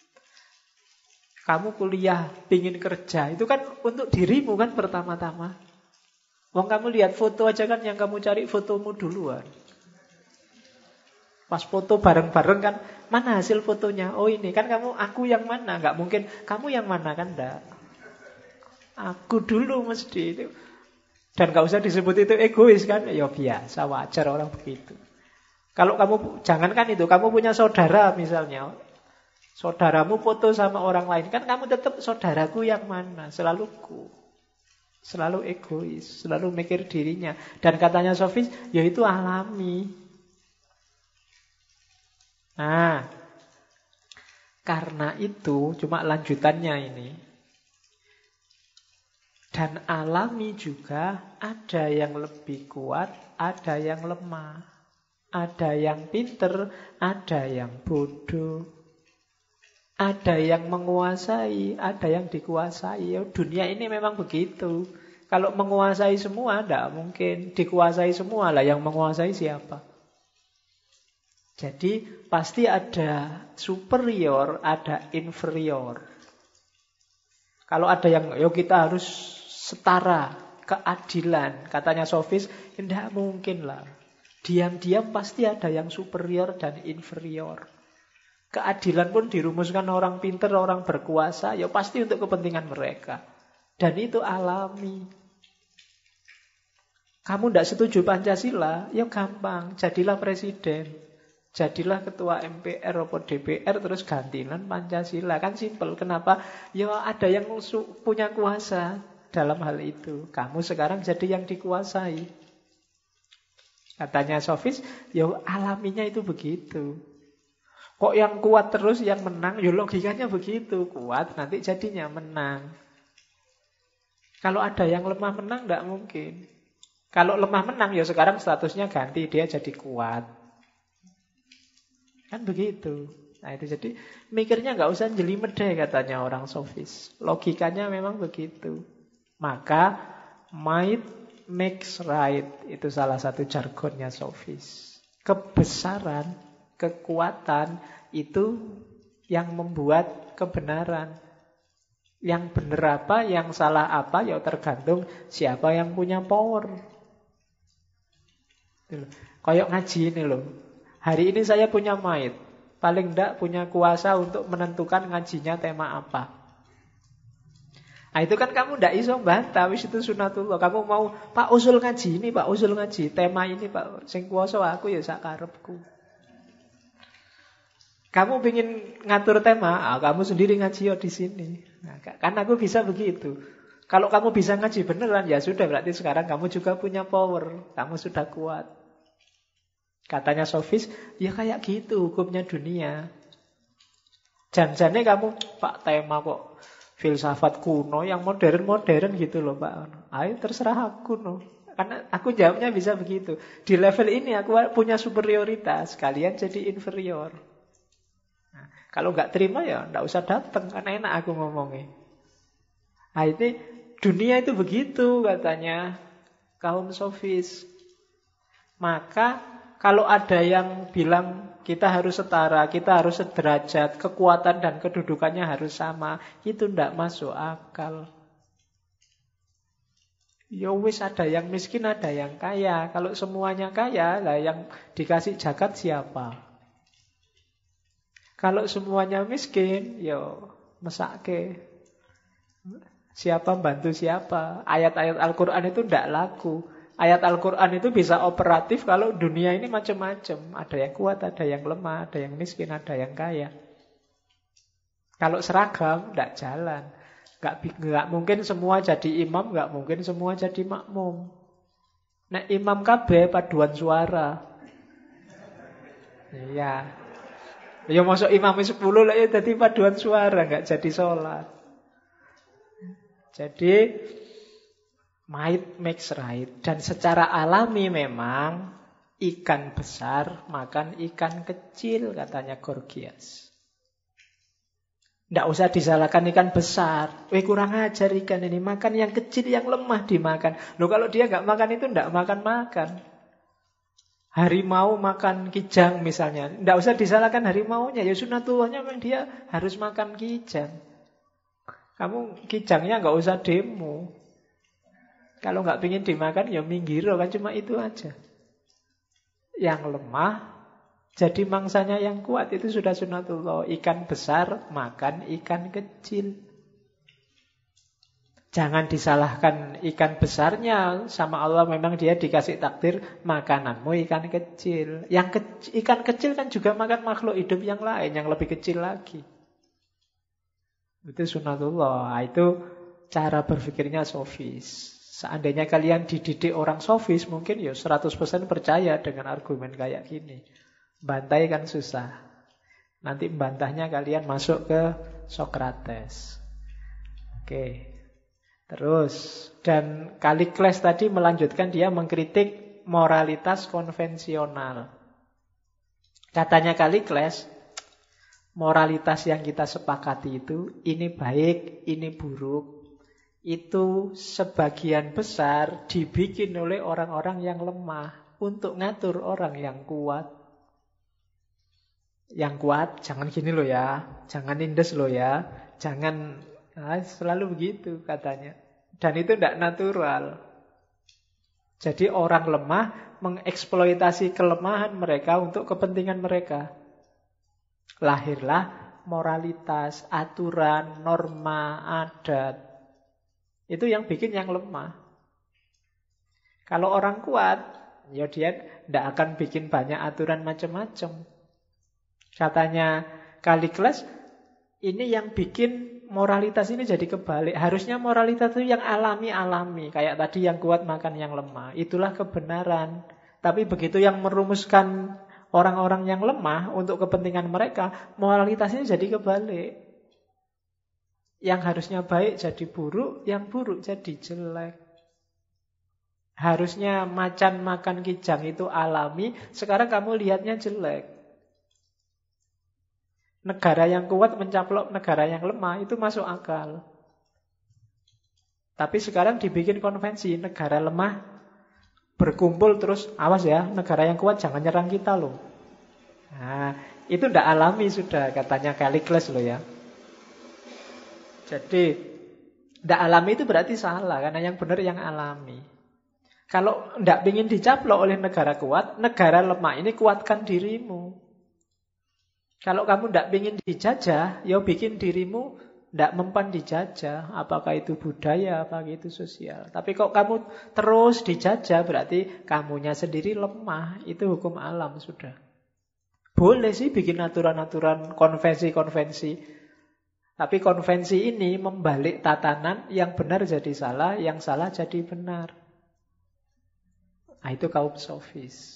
Speaker 1: Kamu kuliah, pingin kerja, itu kan untuk dirimu kan pertama-tama. Wong kamu lihat foto aja kan yang kamu cari fotomu duluan. Pas foto bareng-bareng kan, mana hasil fotonya? Oh ini, kan kamu, aku yang mana? Nggak mungkin, kamu yang mana kan enggak. Aku dulu mesti itu. Dan nggak usah disebut itu egois kan? Ya biasa, wajar orang begitu. Kalau kamu, jangankan itu, kamu punya saudara misalnya. Saudaramu foto sama orang lain, kan kamu tetap saudaraku yang mana? Selalu ku. Selalu egois, selalu mikir dirinya. Dan katanya Sofis, ya itu alami. Nah, karena itu, cuma lanjutannya ini. Dan alami juga, ada yang lebih kuat, ada yang lemah. Ada yang pinter, ada yang bodoh. Ada yang menguasai, ada yang dikuasai. Dunia ini memang begitu. Kalau menguasai semua, tidak mungkin. Dikuasai semua lah, yang menguasai siapa? Jadi pasti ada superior, ada inferior. Kalau ada yang, yo kita harus setara, keadilan. Katanya Sofis, tidak mungkin lah. Diam-diam pasti ada yang superior dan inferior. Keadilan pun dirumuskan orang pinter, orang berkuasa, ya pasti untuk kepentingan mereka. Dan itu alami. Kamu tidak setuju Pancasila, ya gampang, jadilah presiden. Jadilah ketua MPR atau DPR, terus gantilan Pancasila. Kan simpel. Kenapa? Ya ada yang punya kuasa dalam hal itu. Kamu sekarang jadi yang dikuasai. Katanya Sofis, ya alaminya itu begitu. Kok yang kuat terus yang menang? Ya logikanya begitu. Kuat nanti jadinya menang. Kalau ada yang lemah menang, tidak mungkin. Kalau lemah menang, ya sekarang statusnya ganti. Dia jadi kuat. Kan begitu. Nah itu jadi mikirnya nggak usah jelimet deh katanya orang Sofis. Logikanya memang begitu. Maka might makes right. Itu salah satu jargonnya Sofis. Kebesaran, kekuatan itu yang membuat kebenaran. Yang benar apa, yang salah apa, ya tergantung siapa yang punya power. Kayak ngaji ini loh. Hari ini saya punya might. Paling enggak punya kuasa untuk menentukan ngajinya tema apa. Nah itu kan kamu enggak iso bantah. Wis itu sunatullah. Kamu mau, Pak usul ngaji ini, Pak usul ngaji. Tema ini Pak. Sing kuasa aku ya sak karepku. Kamu ingin ngatur tema, kamu sendiri ngaji di sini. Nah, kan aku bisa begitu. Kalau kamu bisa ngaji beneran, ya sudah berarti sekarang kamu juga punya power. Kamu sudah kuat. Katanya Sofis, ya kayak gitu hukumnya dunia. Janjane kamu, Pak tema kok filsafat kuno, yang modern-modern gitu loh Pak. Ayo terserah aku no. Karena aku jawabnya bisa begitu. Di level ini aku punya superioritas, kalian jadi inferior. Nah, kalau nggak terima ya nggak usah datang, karena enak aku ngomongnya. Nah ini dunia itu begitu katanya kaum Sofis. Maka kalau ada yang bilang kita harus setara, kita harus sederajat, kekuatan dan kedudukannya harus sama, itu tidak masuk akal. Ya wis ada yang miskin, ada yang kaya. Kalau semuanya kaya, lah yang dikasih zakat siapa? Kalau semuanya miskin, ya mesake. Siapa bantu siapa? Ayat-ayat Al-Quran itu tidak laku. Ayat Al-Quran itu bisa operatif kalau dunia ini macam-macam. Ada yang kuat, ada yang lemah, ada yang miskin, ada yang kaya. Kalau seragam, tidak jalan. Nggak mungkin semua jadi imam, nggak mungkin semua jadi makmum. Nah imam KB paduan suara. Iya. Ya masuk imam 10 lah ya jadi paduan suara, nggak jadi sholat. Jadi might makes right. Dan secara alami memang ikan besar makan ikan kecil, katanya Gorgias. Tidak usah disalahkan ikan besar. Kurang ajar ikan ini, makan yang kecil, yang lemah dimakan. Loh kalau dia nggak makan itu tidak makan-makan. Harimau makan kijang misalnya, tidak usah disalahkan harimaunya. Ya sunatullahnya memang dia harus makan kijang. Kamu kijangnya nggak usah demo. Kalau nggak ingin dimakan ya minggir kan, cuma itu aja. Yang lemah Jadi mangsanya yang kuat itu sudah sunatullah. Ikan besar makan ikan kecil. Jangan disalahkan ikan besarnya, sama Allah memang dia dikasih takdir makananmu ikan kecil. Ikan kecil kan juga makan makhluk hidup yang lain yang lebih kecil lagi. Itu sunatullah. Itu cara berpikirnya sofis. Seandainya kalian dididik orang sofis, mungkin ya 100% percaya dengan argumen kayak gini. Bantai kan susah. Nanti bantahnya kalian masuk ke Sokrates. Oke. Terus, dan Kalikles tadi melanjutkan, dia mengkritik moralitas konvensional. Katanya Kalikles, moralitas yang kita sepakati itu, ini baik, ini buruk, itu sebagian besar dibikin oleh orang-orang yang lemah untuk ngatur orang yang kuat. Yang kuat, jangan gini loh ya, jangan nindes loh ya, jangan, selalu begitu katanya. Dan itu tidak natural. Jadi orang lemah mengeksploitasi kelemahan mereka untuk kepentingan mereka. Lahirlah moralitas, aturan, norma, adat. Itu yang bikin yang lemah. Kalau orang kuat, ya dia tidak akan bikin banyak aturan macam-macam. Katanya Kalikles, ini yang bikin moralitas ini jadi kebalik. Harusnya moralitas itu yang alami-alami. Kayak tadi yang kuat makan yang lemah. Itulah kebenaran. Tapi begitu yang merumuskan orang-orang yang lemah untuk kepentingan mereka, moralitas ini jadi kebalik. Yang harusnya baik jadi buruk, yang buruk jadi jelek. Harusnya macan makan kijang itu alami, sekarang kamu lihatnya jelek. Negara yang kuat mencaplok negara yang lemah, itu masuk akal. Tapi sekarang dibikin konvensi, negara lemah berkumpul terus, awas ya, negara yang kuat jangan nyerang kita loh. Nah, itu tidak alami sudah, katanya Kalikles loh ya. Jadi, tidak alami itu berarti salah, karena yang benar yang alami. Kalau tidak ingin dicaplok oleh negara kuat, negara lemah ini kuatkan dirimu. Kalau kamu tidak ingin dijajah, ya bikin dirimu tidak mempan dijajah. Apakah itu budaya, apakah itu sosial. Tapi kok kamu terus dijajah, berarti kamunya sendiri lemah. Itu hukum alam sudah. Boleh sih bikin aturan-aturan, konvensi-konvensi. Tapi konvensi ini membalik tatanan, yang benar jadi salah, yang salah jadi benar. Nah, itu kaum sofis.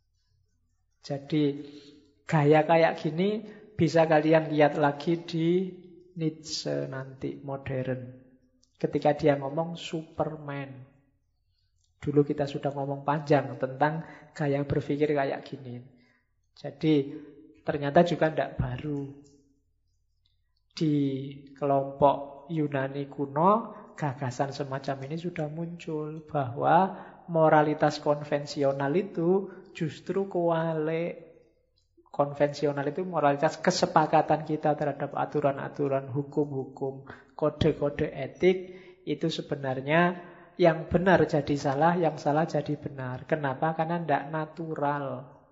Speaker 1: Jadi gaya kayak gini bisa kalian lihat lagi di Nietzsche nanti, modern. Ketika dia ngomong Superman. Dulu kita sudah ngomong panjang tentang gaya berpikir kayak gini. Jadi ternyata juga tidak baru. Di kelompok Yunani kuno, gagasan semacam ini sudah muncul. Bahwa moralitas konvensional itu justru kewalik. Konvensional itu moralitas kesepakatan kita terhadap aturan-aturan, hukum-hukum, kode-kode etik. Itu sebenarnya yang benar jadi salah, yang salah jadi benar. Kenapa? Karena tidak natural.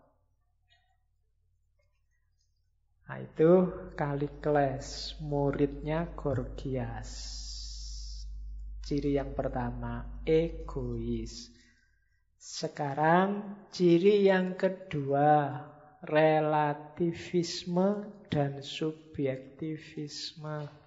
Speaker 1: Nah, itu Kalikles, muridnya Gorgias. Ciri yang pertama, egois. Sekarang ciri yang kedua, relativisme dan subjektivisme.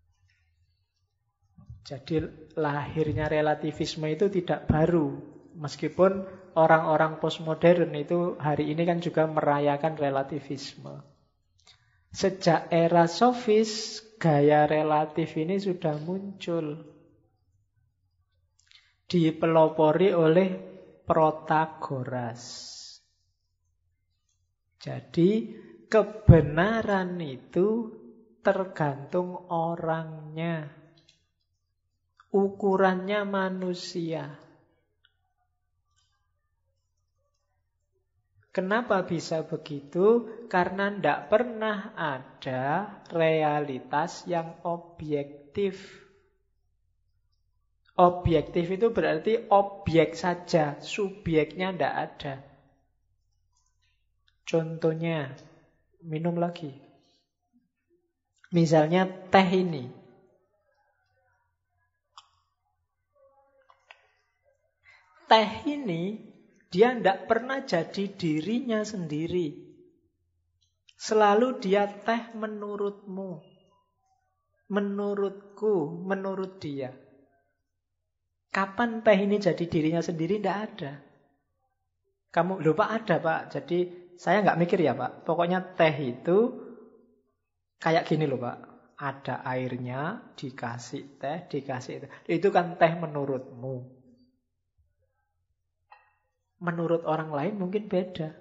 Speaker 1: Jadi lahirnya relativisme itu tidak baru. Meskipun orang-orang postmodern itu hari ini kan juga merayakan relativisme. Sejak era sofis, gaya relatif ini sudah muncul. Dipelopori oleh Protagoras. Jadi kebenaran itu tergantung orangnya. Ukurannya manusia. Kenapa bisa begitu? Karena tidak pernah ada realitas yang objektif. Objektif itu berarti objek saja, subjeknya tidak ada. Contohnya, minum lagi. Misalnya teh ini. Teh ini, dia tidak pernah jadi dirinya sendiri. Selalu dia teh menurutmu. Menurutku, menurut dia. Kapan teh ini jadi dirinya sendiri? Tidak ada. Kamu, loh Pak, ada Pak. Jadi saya nggak mikir ya Pak. Pokoknya teh itu kayak gini loh Pak. Ada airnya, dikasih teh, dikasih itu. Itu kan teh menurutmu. Menurut orang lain mungkin beda.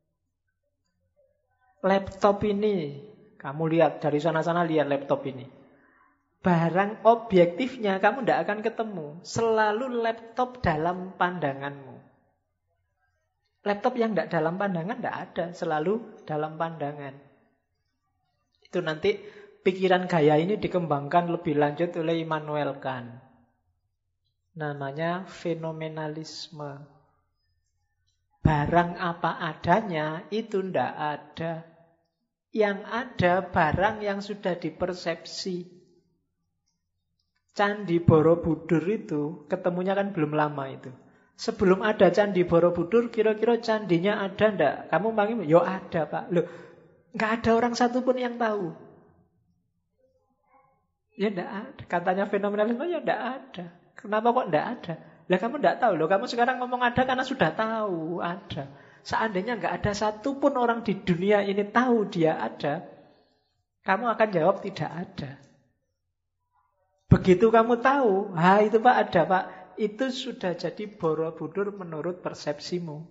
Speaker 1: Laptop ini, kamu lihat dari sana-sana, lihat laptop ini. Barang objektifnya kamu tidak akan ketemu. Selalu laptop dalam pandanganmu. Laptop yang tidak dalam pandangan tidak ada. Selalu dalam pandangan. Itu nanti pikiran gaya ini dikembangkan lebih lanjut oleh Immanuel Kant. Namanya fenomenalisme. Barang apa adanya itu tidak ada. Yang ada barang yang sudah dipersepsi. Candi Borobudur itu ketemunya kan belum lama itu. Sebelum ada Candi Borobudur, kira-kira candinya ada ndak? Kamu panggil, yo ada Pak. Loh, nggak ada orang satu pun yang tahu. Ya ndak ada. Katanya fenomenalisme ya ndak ada. Kenapa kok ndak ada? Lah kamu ndak tahu loh. Kamu sekarang ngomong ada karena sudah tahu ada. Seandainya nggak ada satu pun orang di dunia ini tahu dia ada, kamu akan jawab tidak ada. Begitu kamu tahu, itu Pak ada Pak, itu sudah jadi Borobudur menurut persepsimu.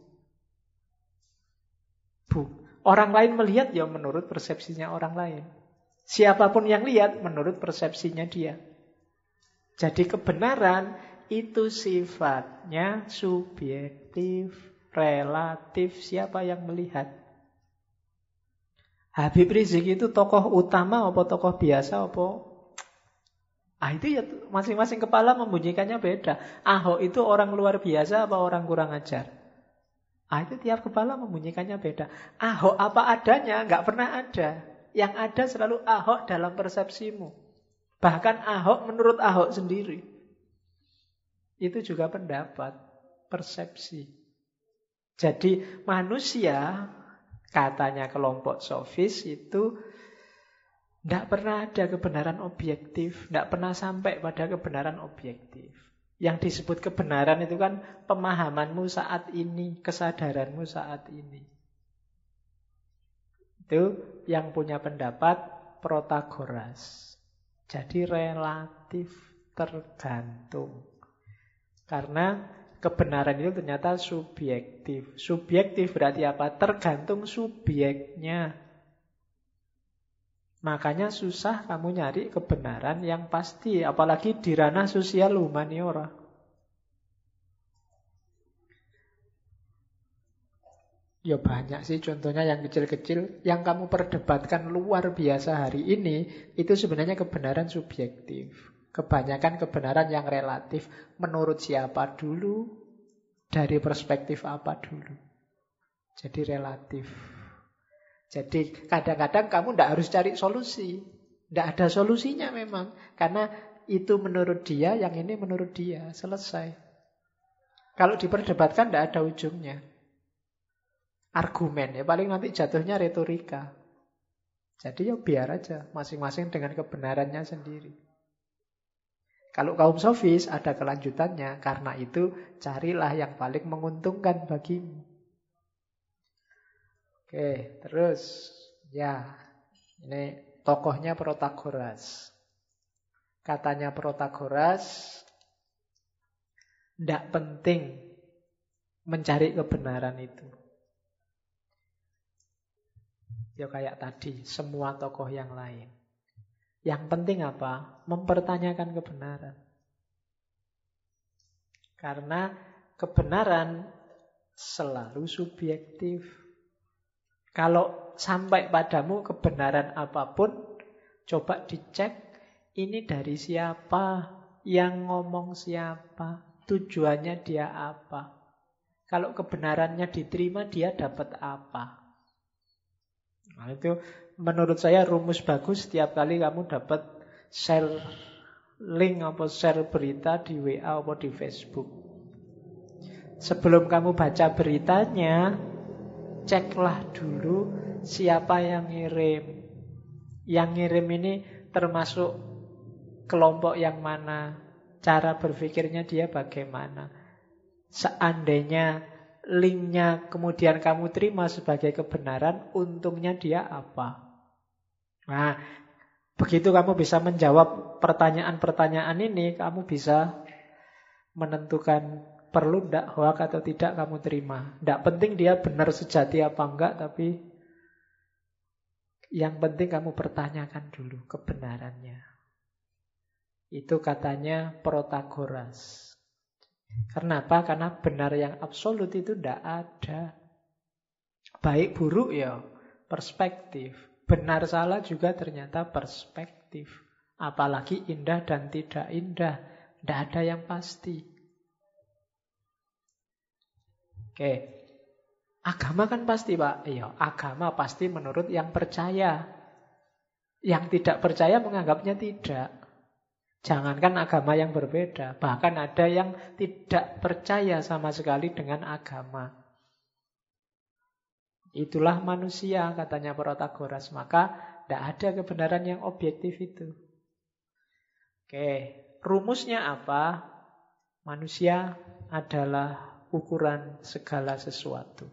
Speaker 1: Orang lain melihat ya menurut persepsinya orang lain. Siapapun yang lihat menurut persepsinya dia. Jadi kebenaran itu sifatnya subjektif, relatif, siapa yang melihat. Habib Rizik itu tokoh utama apa tokoh biasa apa? Itu ya masing-masing kepala membunyikannya beda. Ahok itu orang luar biasa apa orang kurang ajar? Itu tiap kepala membunyikannya beda. Ahok apa adanya nggak pernah ada. Yang ada selalu Ahok dalam persepsimu. Bahkan Ahok menurut Ahok sendiri. Itu juga pendapat, persepsi. Jadi manusia, katanya kelompok sofis itu tidak pernah ada kebenaran objektif, tidak pernah sampai pada kebenaran objektif. Yang disebut kebenaran itu kan pemahamanmu saat ini, kesadaranmu saat ini. Itu yang punya pendapat Protagoras. Jadi relatif, tergantung. Karena kebenaran itu ternyata subjektif. Subjektif berarti apa? Tergantung subjeknya. Makanya susah kamu nyari kebenaran yang pasti, apalagi di ranah sosial humaniora. Ya banyak sih contohnya yang kecil-kecil. Yang kamu perdebatkan luar biasa hari ini, itu sebenarnya kebenaran subjektif. Kebanyakan kebenaran yang relatif. Menurut siapa dulu, dari perspektif apa dulu. Jadi relatif. Jadi kadang-kadang kamu tidak harus cari solusi. Tidak ada solusinya memang. Karena itu menurut dia, yang ini menurut dia. Selesai. Kalau diperdebatkan tidak ada ujungnya. Argumen, ya paling nanti jatuhnya retorika. Jadi ya biar aja. Masing-masing dengan kebenarannya sendiri. Kalau kaum sofis ada kelanjutannya. Karena itu carilah yang paling menguntungkan bagimu. Oke, terus ya ini tokohnya Protagoras. Katanya Protagoras, tidak penting mencari kebenaran itu. Ya kayak tadi, semua tokoh yang lain. Yang penting apa? Mempertanyakan kebenaran. Karena kebenaran selalu subjektif. Kalau sampai padamu kebenaran apapun, coba dicek ini dari siapa, yang ngomong siapa, tujuannya dia apa. Kalau kebenarannya diterima, dia dapat apa. Nah, itu menurut saya rumus bagus setiap kali kamu dapat share link atau share berita di WA atau di Facebook. Sebelum kamu baca beritanya, ceklah dulu siapa yang ngirim. Yang ngirim ini termasuk kelompok yang mana, cara berpikirnya dia bagaimana. Seandainya linknya kemudian kamu terima sebagai kebenaran, untungnya dia apa? Nah, begitu kamu bisa menjawab pertanyaan-pertanyaan ini, kamu bisa menentukan perlu tidak hoax atau tidak kamu terima. Tidak penting dia benar sejati apa enggak, tapi yang penting kamu pertanyakan dulu kebenarannya. Itu katanya Protagoras. Kenapa? Karena benar yang absolut itu tidak ada. Baik buruk ya perspektif. Benar salah juga ternyata perspektif. Apalagi indah dan tidak indah. Tidak ada yang pasti. Oke. Agama kan pasti, Pak. Iya, agama pasti menurut yang percaya. Yang tidak percaya menganggapnya tidak. Jangankan agama yang berbeda, bahkan ada yang tidak percaya sama sekali dengan agama. Itulah manusia, katanya Protagoras. Maka tidak ada kebenaran yang objektif itu. Oke, rumusnya apa? Manusia adalah ukuran segala sesuatu.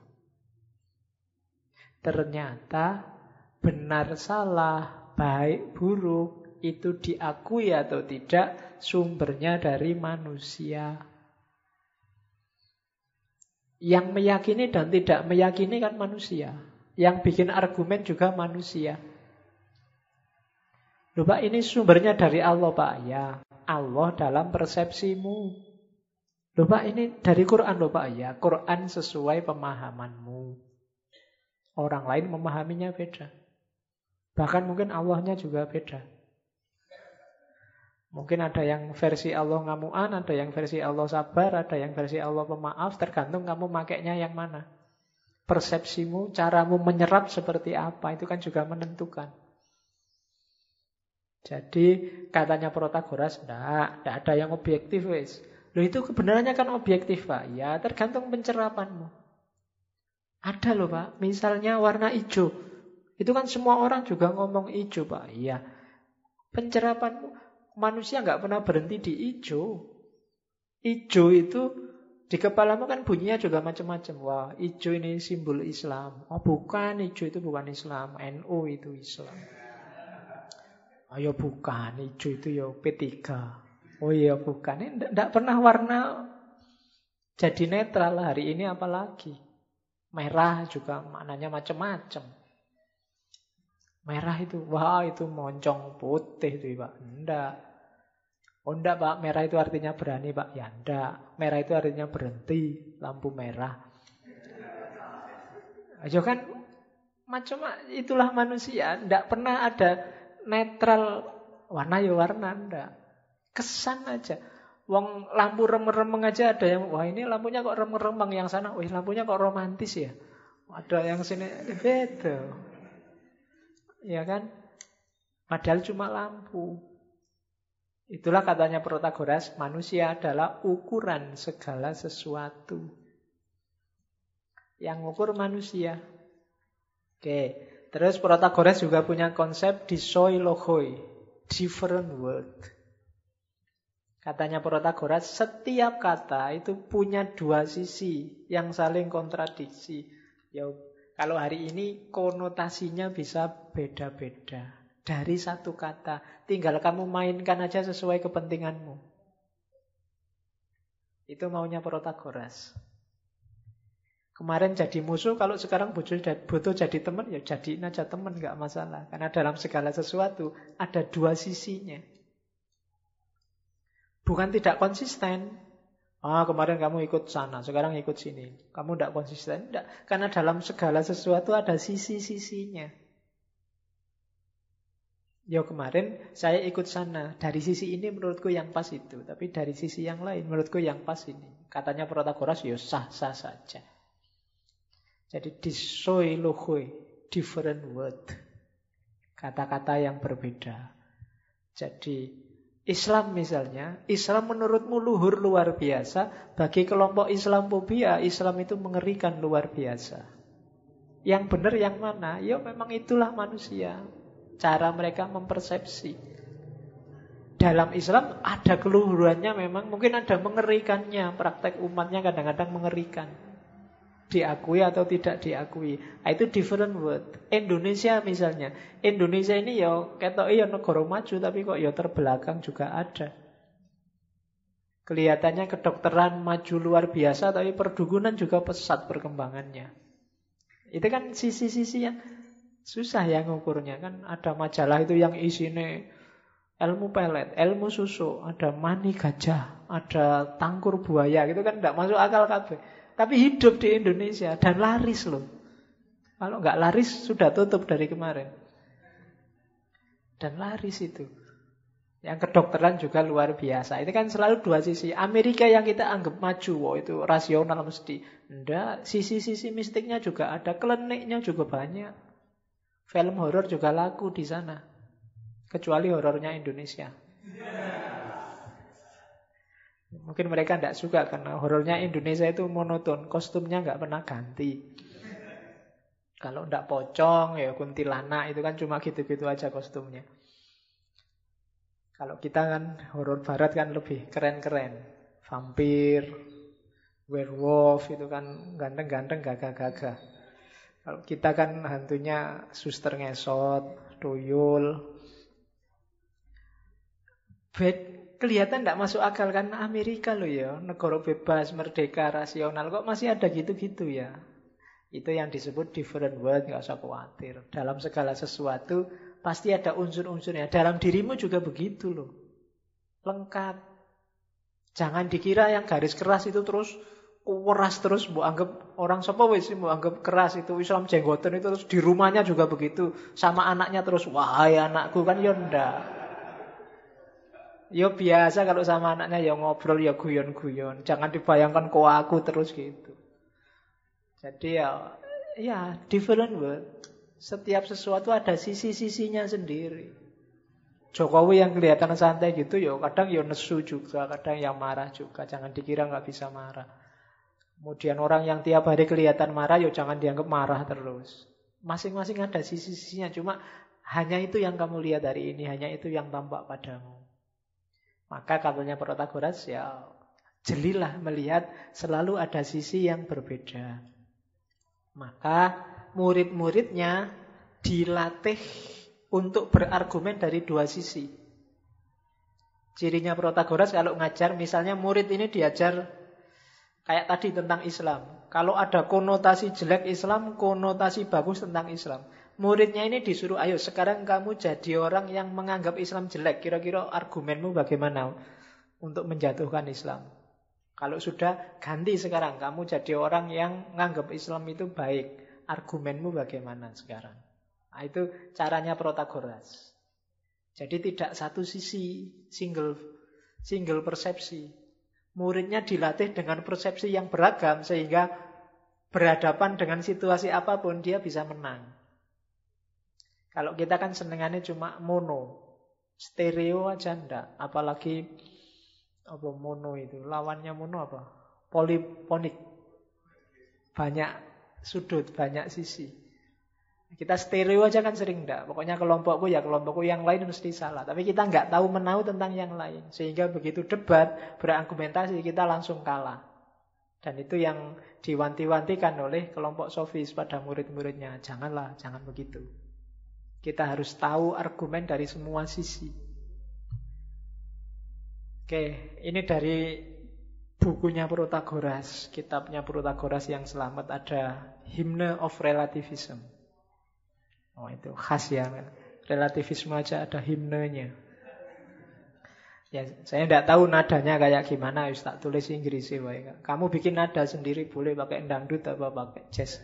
Speaker 1: Ternyata benar salah, baik buruk, itu diakui atau tidak sumbernya dari manusia. Yang meyakini dan tidak meyakini kan manusia. Yang bikin argumen juga manusia. Loh Pak, ini sumbernya dari Allah Pak. Ya, Allah dalam persepsimu. Loh Pak, ini dari Quran loh Pak. Ya, Quran sesuai pemahamanmu. Orang lain memahaminya beda. Bahkan mungkin Allahnya juga beda. Mungkin ada yang versi Allah ngamuan, ada yang versi Allah sabar, ada yang versi Allah pemaaf, tergantung kamu makainya yang mana. Persepsimu, caramu menyerap seperti apa, itu kan juga menentukan. Jadi katanya Protagoras, tidak ada yang objektif wes. Loh itu kebenarannya kan objektif Pak. Ya tergantung pencerapanmu. Ada loh Pak, misalnya warna hijau. Itu kan semua orang juga ngomong hijau Pak. Iya, pencerapanmu. Manusia nggak pernah berhenti di hijau. Hijau itu di kepalamu kan bunyinya juga macam-macam. Wah, hijau ini simbol Islam. Oh bukan, hijau itu bukan Islam. NU itu Islam. Ayo bukan, hijau itu ya P3. Oh iya bukan. Ini tidak pernah warna jadi netral hari ini apalagi. Merah juga maknanya macam-macam. Merah itu, wah itu moncong putih itu Pak. Enggak. Oh enggak Pak, merah itu artinya berani Pak. Ya enggak, merah itu artinya berhenti, lampu merah. Ayo kan, macam itulah manusia. Enggak pernah ada netral, warna ya warna, enggak. Kesan aja. Wong lampu remeng-remeng aja ada yang, wah ini lampunya kok remeng-remeng, yang sana, wih lampunya kok romantis ya. Ada yang sini, beda. Ya kan? Padahal cuma lampu. Itulah katanya Protagoras, manusia adalah ukuran segala sesuatu. Yang ngukur manusia. Oke, terus Protagoras juga punya konsep disoi logoi, different word. Katanya Protagoras, setiap kata itu punya dua sisi yang saling kontradiksi. Ya, kalau hari ini konotasinya bisa beda-beda. Dari satu kata, tinggal kamu mainkan aja sesuai kepentinganmu. Itu maunya Protagoras. Kemarin jadi musuh, kalau sekarang butuh jadi teman, ya jadiin aja teman, gak masalah. Karena dalam segala sesuatu ada dua sisinya. Bukan tidak konsisten. Kemarin kamu ikut sana, sekarang ikut sini. Kamu tidak konsisten, tidak. Karena dalam segala sesuatu ada sisi-sisinya. Ya kemarin saya ikut sana. Dari sisi ini menurutku yang pas itu. Tapi dari sisi yang lain menurutku yang pas ini. Katanya Protagoras, ya sah-sah saja. Jadi disoi logoi. different word. Kata-kata yang berbeda. Jadi Islam misalnya, Islam menurutmu luhur luar biasa, bagi kelompok Islamophobia, Islam itu mengerikan luar biasa. Yang benar yang mana? Ya memang itulah manusia. Cara mereka mempersepsi. Dalam Islam ada keluhurannya memang, mungkin ada mengerikannya. Praktek umatnya kadang-kadang mengerikan. Diakui atau tidak diakui. Itu different word. Indonesia misalnya. Indonesia ini ya ketok ya negara maju, tapi kok ya terbelakang juga ada. Kelihatannya kedokteran maju luar biasa, tapi perdukunan juga pesat perkembangannya. Itu kan sisi-sisi yang susah ya ngukurnya. Kan ada majalah itu yang isinya ilmu pelet, ilmu susu, ada mani gajah, ada tangkur buaya, gitu kan tidak masuk akal kabeh. Tapi hidup di Indonesia dan laris loh. Kalau nggak laris sudah tutup dari kemarin. Dan laris itu. Yang kedokteran juga luar biasa. Ini kan selalu dua sisi. Amerika yang kita anggap maju, wow, itu rasional mesti. Enggak, sisi-sisi mistiknya juga ada, kliniknya juga banyak. Film horor juga laku di sana. Kecuali horornya Indonesia. Mungkin mereka tidak suka karena horornya Indonesia itu monoton, kostumnya nggak pernah ganti. Kalau tidak pocong, ya kuntilanak, itu kan cuma gitu-gitu aja kostumnya. Kalau kita kan horor barat kan lebih keren-keren. Vampir, werewolf itu kan ganteng-ganteng, gagah-gagah. Kalau kita kan hantunya suster ngesot, tuyul. Kelihatan tidak masuk akal kan, Amerika loh ya, negara bebas, merdeka, rasional, kok masih ada gitu-gitu ya. Itu yang disebut different world, nggak usah khawatir. Dalam segala sesuatu pasti ada unsur-unsurnya. Dalam dirimu juga begitu loh, lengkap. Jangan dikira yang garis keras itu terus keras terus, mau anggap orang sapa wis mau anggap keras itu Islam jenggoten itu terus di rumahnya juga begitu, sama anaknya terus wahai anakku, kan ya ndak. Ya biasa kalau sama anaknya ya ngobrol ya guyon-guyon. Jangan dibayangkan kok aku terus gitu. Jadi ya different world. Setiap sesuatu ada sisi-sisinya sendiri. Jokowi yang kelihatan santai gitu ya kadang ya nesu juga, kadang yang marah juga. Jangan dikira nggak bisa marah. Kemudian orang yang tiap hari kelihatan marah ya jangan dianggap marah terus. Masing-masing ada sisi-sisinya. Cuma hanya itu yang kamu lihat hari ini, hanya itu yang tampak padamu. Maka katanya Protagoras ya jelilah melihat selalu ada sisi yang berbeda. Maka murid-muridnya dilatih untuk berargumen dari dua sisi. Cirinya Protagoras kalau ngajar, misalnya murid ini diajar kayak tadi tentang Islam. Kalau ada konotasi jelek Islam, konotasi bagus tentang Islam. Muridnya ini disuruh, ayo sekarang kamu jadi orang yang menganggap Islam jelek. Kira-kira argumenmu bagaimana untuk menjatuhkan Islam? Kalau sudah, ganti sekarang. Kamu jadi orang yang menganggap Islam itu baik. Argumenmu bagaimana sekarang? Nah, itu caranya Protagoras. Jadi tidak satu sisi, single persepsi. Muridnya dilatih dengan persepsi yang beragam, sehingga berhadapan dengan situasi apapun dia bisa menang. Kalau kita kan senengannya cuma mono, stereo aja ndak. Apalagi apa mono itu, lawannya mono apa? Poliponik. Banyak sudut, banyak sisi. Kita stereo aja kan sering ndak. Pokoknya kelompokku ya kelompokku, yang lain mesti salah. Tapi kita nggak tahu menau tentang yang lain. Sehingga begitu debat, berargumentasi kita langsung kalah. Dan itu yang diwanti-wantikan oleh kelompok sofis pada murid-muridnya. Janganlah, jangan begitu. Kita harus tahu argumen dari semua sisi. Oke, ini dari bukunya Protagoras, kitabnya Protagoras yang selamat, ada Hymn of Relativism. Oh itu khas ya, relativisme aja ada himnenya. Ya, saya tidak tahu nadanya kayak gimana, harus tak tulis Inggrisnya. Kamu bikin nada sendiri, boleh pakai dangdut apa pakai jazz.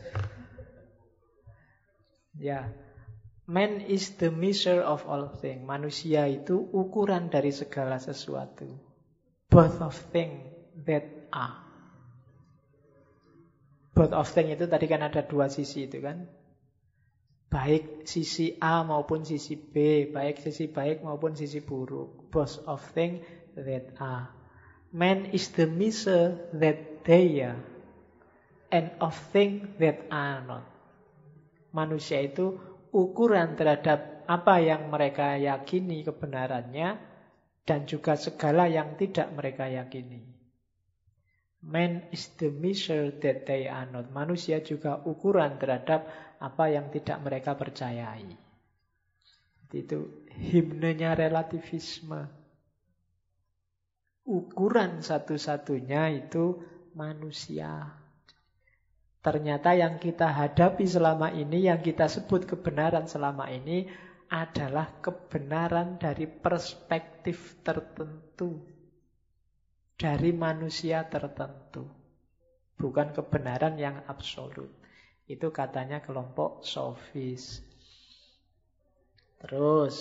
Speaker 1: Ya. Man is the measure of all things. Manusia itu ukuran dari segala sesuatu. Both of things that are. Both of things itu tadi kan ada dua sisi itu kan. Baik sisi A maupun sisi B, baik sisi baik maupun sisi buruk. Both of things that are. Man is the measure that they are, and of things that are not. Manusia itu ukuran terhadap apa yang mereka yakini kebenarannya, dan juga segala yang tidak mereka yakini. Man is the measure that they are not. Manusia juga ukuran terhadap apa yang tidak mereka percayai. Itu himnenya relativisme. Ukuran satu-satunya itu manusia. Ternyata yang kita hadapi selama ini, yang kita sebut kebenaran selama ini, adalah kebenaran dari perspektif tertentu. Dari manusia tertentu. Bukan kebenaran yang absolut. Itu katanya kelompok sofis. Terus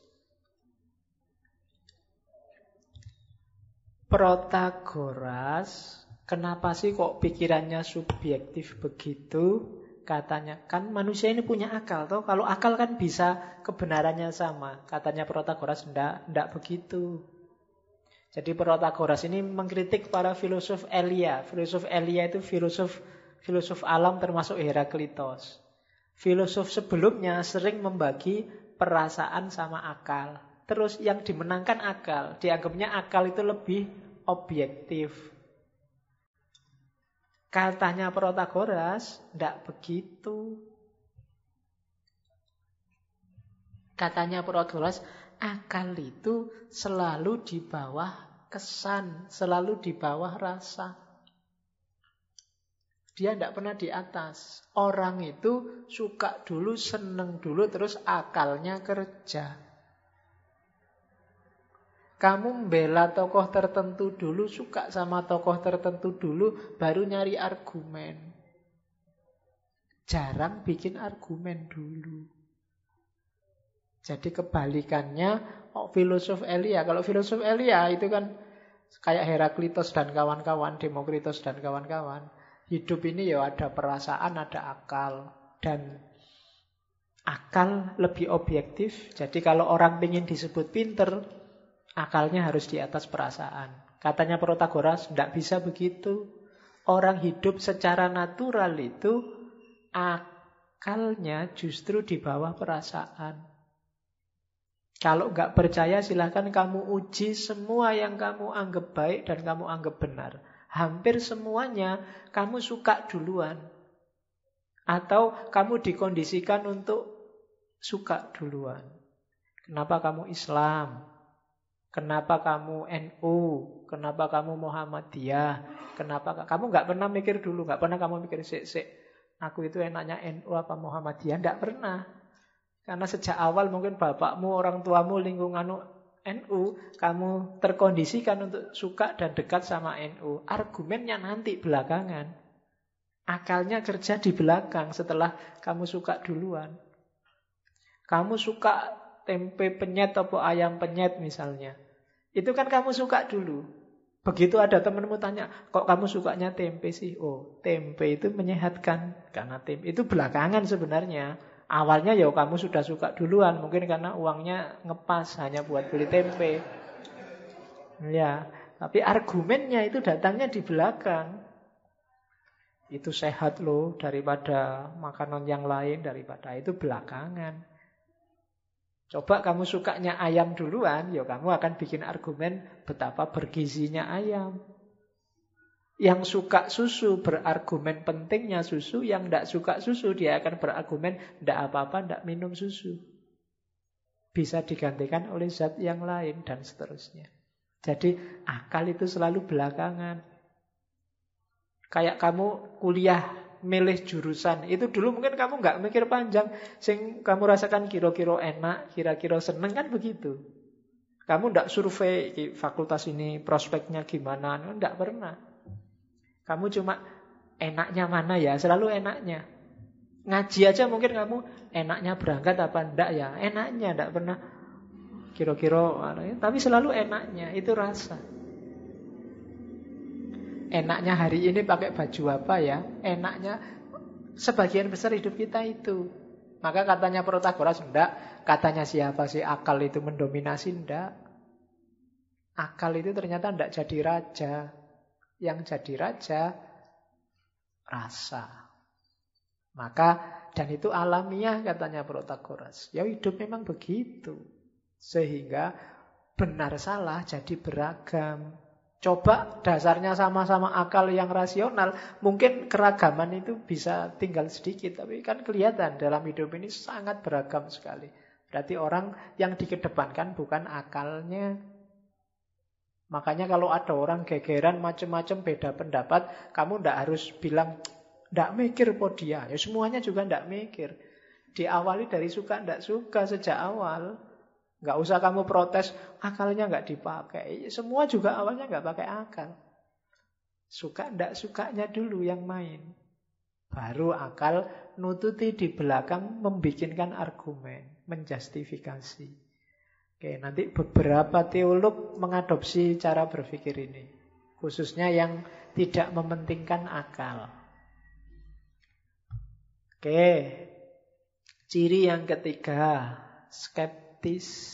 Speaker 1: Protagoras, kenapa sih kok pikirannya subjektif begitu? Katanya, kan manusia ini punya akal toh. Kalau akal kan bisa kebenarannya sama. Katanya Protagoras, enggak begitu. Jadi Protagoras ini mengkritik para filosof Elia. Filosof Elia itu filosof alam termasuk Heraklitos. Filosof sebelumnya sering membagi perasaan sama akal. Terus yang dimenangkan akal. Dianggapnya akal itu lebih objektif. Katanya Protagoras, tidak begitu. Katanya Protagoras, akal itu selalu di bawah kesan, selalu di bawah rasa. Dia tidak pernah di atas. Orang itu suka dulu, seneng dulu, terus akalnya kerja. Kamu membela tokoh tertentu dulu, suka sama tokoh tertentu dulu, baru nyari argumen. Jarang bikin argumen dulu. Jadi kebalikannya filosof Elia. Kalau filosof Elia itu kan kayak Heraklitos dan kawan-kawan, Demokritos dan kawan-kawan. Hidup ini ya ada perasaan, ada akal. Dan akal lebih objektif. Jadi kalau orang ingin disebut pinter, akalnya harus di atas perasaan. Katanya Protagoras, tidak bisa begitu. Orang hidup secara natural itu akalnya justru di bawah perasaan. Kalau nggak percaya silahkan kamu uji semua yang kamu anggap baik dan kamu anggap benar. Hampir semuanya kamu suka duluan. Atau kamu dikondisikan untuk suka duluan. Kenapa kamu Islam? Kenapa kamu NU? Kenapa kamu Muhammadiyah? Kenapa kamu nggak pernah mikir dulu? Nggak pernah kamu mikir sik, aku itu enaknya NU apa Muhammadiyah? Nggak pernah. Karena sejak awal mungkin bapakmu, orang tuamu, lingkunganmu NU, kamu terkondisikan untuk suka dan dekat sama NU. Argumennya nanti belakangan. Akalnya kerja di belakang setelah kamu suka duluan. Kamu suka tempe penyet atau ayam penyet misalnya. Itu kan kamu suka dulu. Begitu ada temanmu tanya, kok kamu sukanya tempe sih? Oh, tempe itu menyehatkan. Karena tempe itu belakangan sebenarnya. Awalnya ya kamu sudah suka duluan. Mungkin karena uangnya ngepas hanya buat beli tempe. Ya, tapi argumennya itu datangnya di belakang. Itu sehat loh daripada makanan yang lain, daripada itu belakangan. Coba kamu sukanya ayam duluan, ya kamu akan bikin argumen betapa bergizinya ayam. Yang suka susu berargumen pentingnya susu, yang tidak suka susu dia akan berargumen tidak apa-apa, tidak minum susu. Bisa digantikan oleh zat yang lain dan seterusnya. Jadi akal itu selalu belakangan. Kayak kamu kuliah milih jurusan, itu dulu mungkin kamu nggak mikir panjang, sing kamu rasakan kira-kira enak, kira-kira seneng kan begitu. Kamu ndak survei fakultas ini prospeknya gimana, ndak pernah. Kamu cuma enaknya mana ya, selalu enaknya. Ngaji aja mungkin kamu enaknya berangkat apa ndak ya, enaknya ndak pernah kira-kira, tapi selalu enaknya, itu rasa. Enaknya hari ini pakai baju apa ya? Enaknya sebagian besar hidup kita itu. Maka katanya Protagoras, enggak. Katanya siapa sih akal itu mendominasi? Enggak. Akal itu ternyata enggak jadi raja. Yang jadi raja, rasa. Maka, dan itu alamiah katanya Protagoras. Ya hidup memang begitu. Sehingga benar salah jadi beragam. Coba dasarnya sama-sama akal yang rasional, mungkin keragaman itu bisa tinggal sedikit. Tapi kan kelihatan dalam hidup ini sangat beragam sekali. Berarti orang yang dikedepankan bukan akalnya. Makanya kalau ada orang gegeran macam-macam beda pendapat, kamu ndak harus bilang ndak mikir po dia. Ya semuanya juga ndak mikir. Diawali dari suka ndak suka sejak awal. Nggak usah kamu protes, akalnya nggak dipakai. Semua juga awalnya nggak pakai akal. Suka ndak sukanya dulu yang main. Baru akal nututi di belakang membikinkan argumen, menjustifikasi. Oke, nanti beberapa teolog mengadopsi cara berpikir ini. Khususnya yang tidak mementingkan akal. Oke, ciri yang ketiga, skeptis.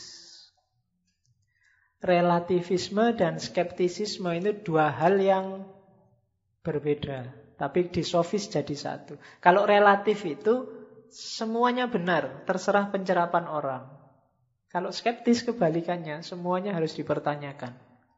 Speaker 1: Relativisme dan skeptisisme itu dua hal yang berbeda. Tapi disofis jadi satu. Kalau relatif itu semuanya benar, terserah pencerapan orang. Kalau skeptis kebalikannya, semuanya harus dipertanyakan.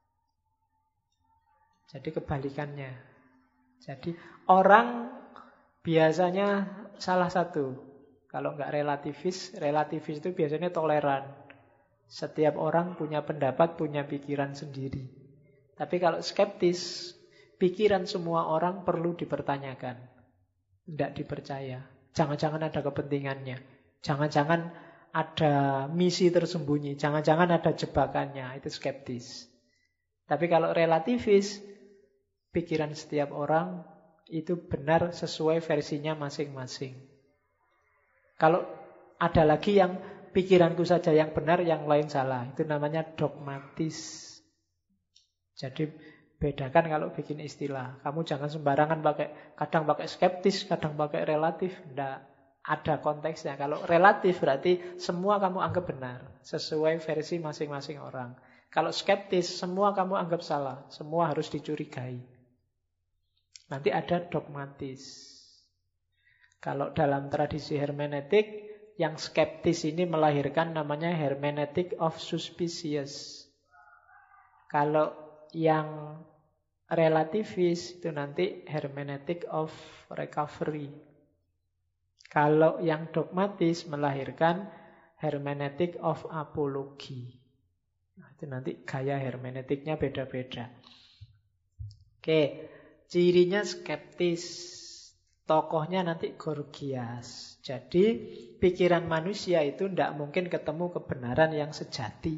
Speaker 1: Jadi kebalikannya. Jadi orang biasanya salah satu. Kalau nggak relativis itu biasanya toleran. Setiap orang punya pendapat, punya pikiran sendiri. Tapi kalau skeptis, pikiran semua orang perlu dipertanyakan. Tidak dipercaya. Jangan-jangan ada kepentingannya. Jangan-jangan ada misi tersembunyi. Jangan-jangan ada jebakannya. Itu skeptis. Tapi kalau relativis, pikiran setiap orang itu benar sesuai versinya masing-masing. Kalau ada lagi yang pikiranku saja yang benar, yang lain salah. Itu namanya dogmatis. Jadi bedakan kalau bikin istilah. Kamu jangan sembarangan kadang pakai skeptis, kadang pakai relatif. Tidak ada konteksnya. Kalau relatif berarti semua kamu anggap benar. Sesuai versi masing-masing orang. Kalau skeptis, semua kamu anggap salah. Semua harus dicurigai. Nanti ada dogmatis. Kalau dalam tradisi hermeneutik, yang skeptis ini melahirkan namanya hermeneutik of suspicious. Kalau yang relativis itu nanti hermeneutik of recovery. Kalau yang dogmatis melahirkan hermeneutik of apology. Nah, itu nanti gaya hermeneutiknya beda-beda. Oke, cirinya skeptis. Tokohnya nanti Gorgias. Jadi pikiran manusia itu tidak mungkin ketemu kebenaran yang sejati.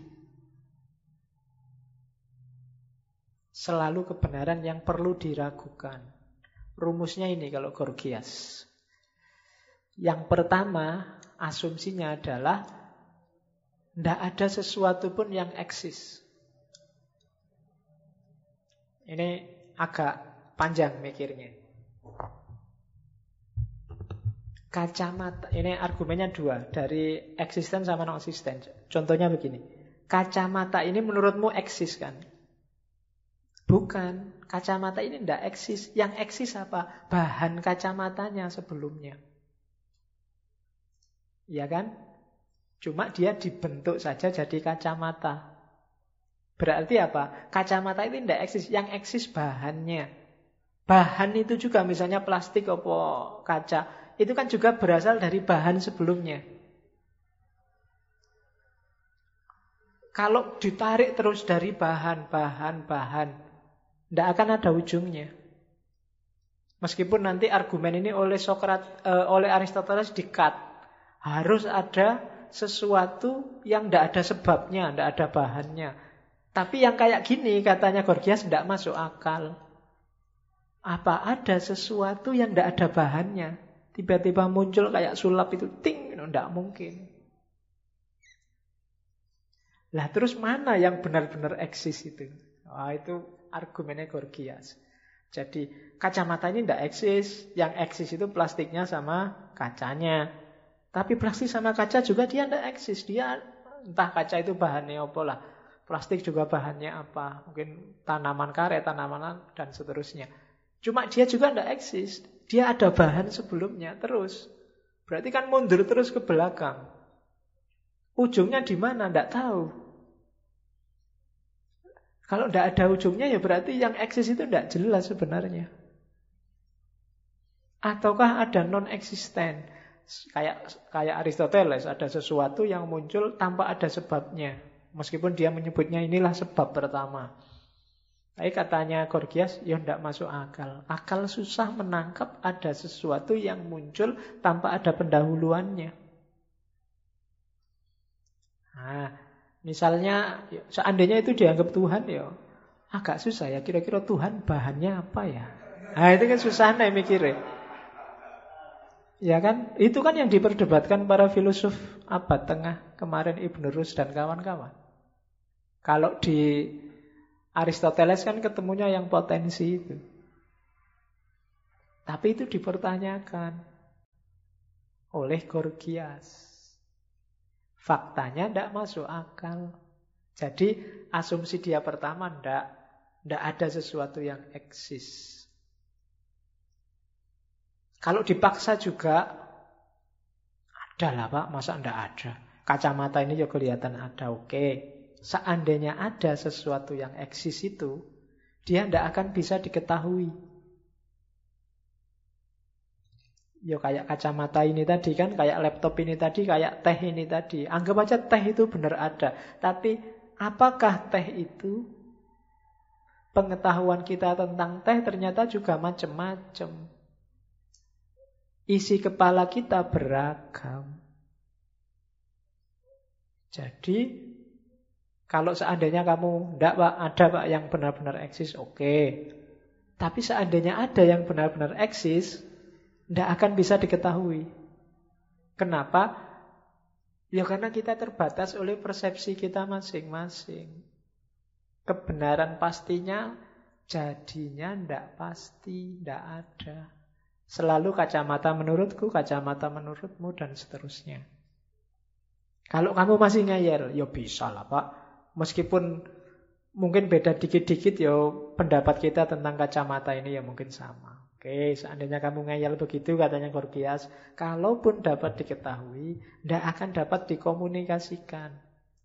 Speaker 1: Selalu kebenaran yang perlu diragukan. Rumusnya ini kalau Gorgias. Yang pertama, asumsinya adalah tidak ada sesuatu pun yang eksis. Ini agak panjang mikirnya. Kacamata, ini argumennya dua, dari eksisten sama non-eksisten. Contohnya begini, kacamata ini menurutmu eksis kan? Bukan, kacamata ini tidak eksis. Yang eksis apa? Bahan kacamatanya sebelumnya. Iya kan? Cuma dia dibentuk saja jadi kacamata. Berarti apa? Kacamata itu tidak eksis. Yang eksis bahannya. Bahan itu juga misalnya plastik atau kaca. Itu kan juga berasal dari bahan sebelumnya. Kalau ditarik terus dari bahan, tidak akan ada ujungnya. Meskipun nanti argumen ini oleh Aristoteles di-cut. Harus ada sesuatu yang tidak ada sebabnya, tidak ada bahannya. Tapi yang kayak gini katanya Gorgias tidak masuk akal. Apa ada sesuatu yang tidak ada bahannya? Tiba-tiba muncul kayak sulap itu, ting, tidak mungkin. Lah terus mana yang benar-benar eksis itu? Itu argumennya Gorgias. Jadi kacamata ini tidak eksis. Yang eksis itu plastiknya sama kacanya. Tapi plastik sama kaca juga dia tidak eksis. Dia entah kaca itu bahannya apa lah. Plastik juga bahannya apa. Mungkin tanaman karet, tanaman dan seterusnya. Cuma dia juga tidak eksis. Dia ada bahan sebelumnya terus. Berarti kan mundur terus ke belakang. Ujungnya di mana? Tidak tahu. Kalau tidak ada ujungnya ya berarti yang eksis itu tidak jelas sebenarnya. Ataukah ada non-eksisten? Kayak Aristoteles, ada sesuatu yang muncul tanpa ada sebabnya. Meskipun dia menyebutnya inilah sebab pertama. Tapi katanya Gorgias, ya tidak masuk akal. Akal susah menangkap ada sesuatu yang muncul tanpa ada pendahuluannya. Nah, misalnya, seandainya itu dianggap Tuhan, ya agak susah ya. Kira-kira Tuhan bahannya apa ya? Nah, itu kan susah nih mikirnya. Ya kan? Itu kan yang diperdebatkan para filosof abad tengah kemarin, Ibn Rushd dan kawan-kawan. Kalau di Aristoteles kan ketemunya yang potensi itu. Tapi itu dipertanyakan oleh Gorgias. Faktanya tidak masuk akal. Jadi asumsi dia pertama tidak ada sesuatu yang eksis. Kalau dipaksa juga ada lah Pak, masa tidak ada? Kacamata ini juga kelihatan ada, oke. Seandainya ada sesuatu yang eksis itu, dia tidak akan bisa diketahui. Ya kayak kacamata ini tadi kan, kayak laptop ini tadi, kayak teh ini tadi. Anggap aja teh itu benar ada. Tapi apakah teh itu? Pengetahuan kita tentang teh ternyata juga macam-macam. Isi kepala kita beragam. Jadi kalau seandainya kamu tidak Pak, ada Pak yang benar-benar eksis, oke. Tapi seandainya ada yang benar-benar eksis, tidak akan bisa diketahui. Kenapa? Ya karena kita terbatas oleh persepsi kita masing-masing. Kebenaran pastinya jadinya tidak pasti, tidak ada. Selalu kacamata menurutku, kacamata menurutmu, dan seterusnya. Kalau kamu masih ngeyel, ya bisa lah Pak. Meskipun mungkin beda dikit-dikit, ya pendapat kita tentang kacamata ini ya mungkin sama. Oke, seandainya kamu ngeyel begitu, katanya Gorgias, kalaupun dapat diketahui, tidak akan dapat dikomunikasikan.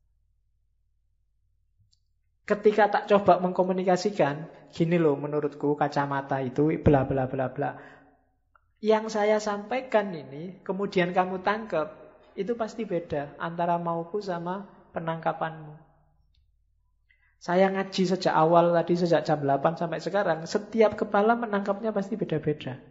Speaker 1: Ketika tak coba mengkomunikasikan, gini loh menurutku kacamata itu bla bla bla bla. Yang saya sampaikan ini, kemudian kamu tangkap, itu pasti beda antara mauku sama penangkapanmu. Saya ngaji sejak awal tadi, sejak jam 8 sampai sekarang, setiap kepala menangkapnya pasti beda-beda.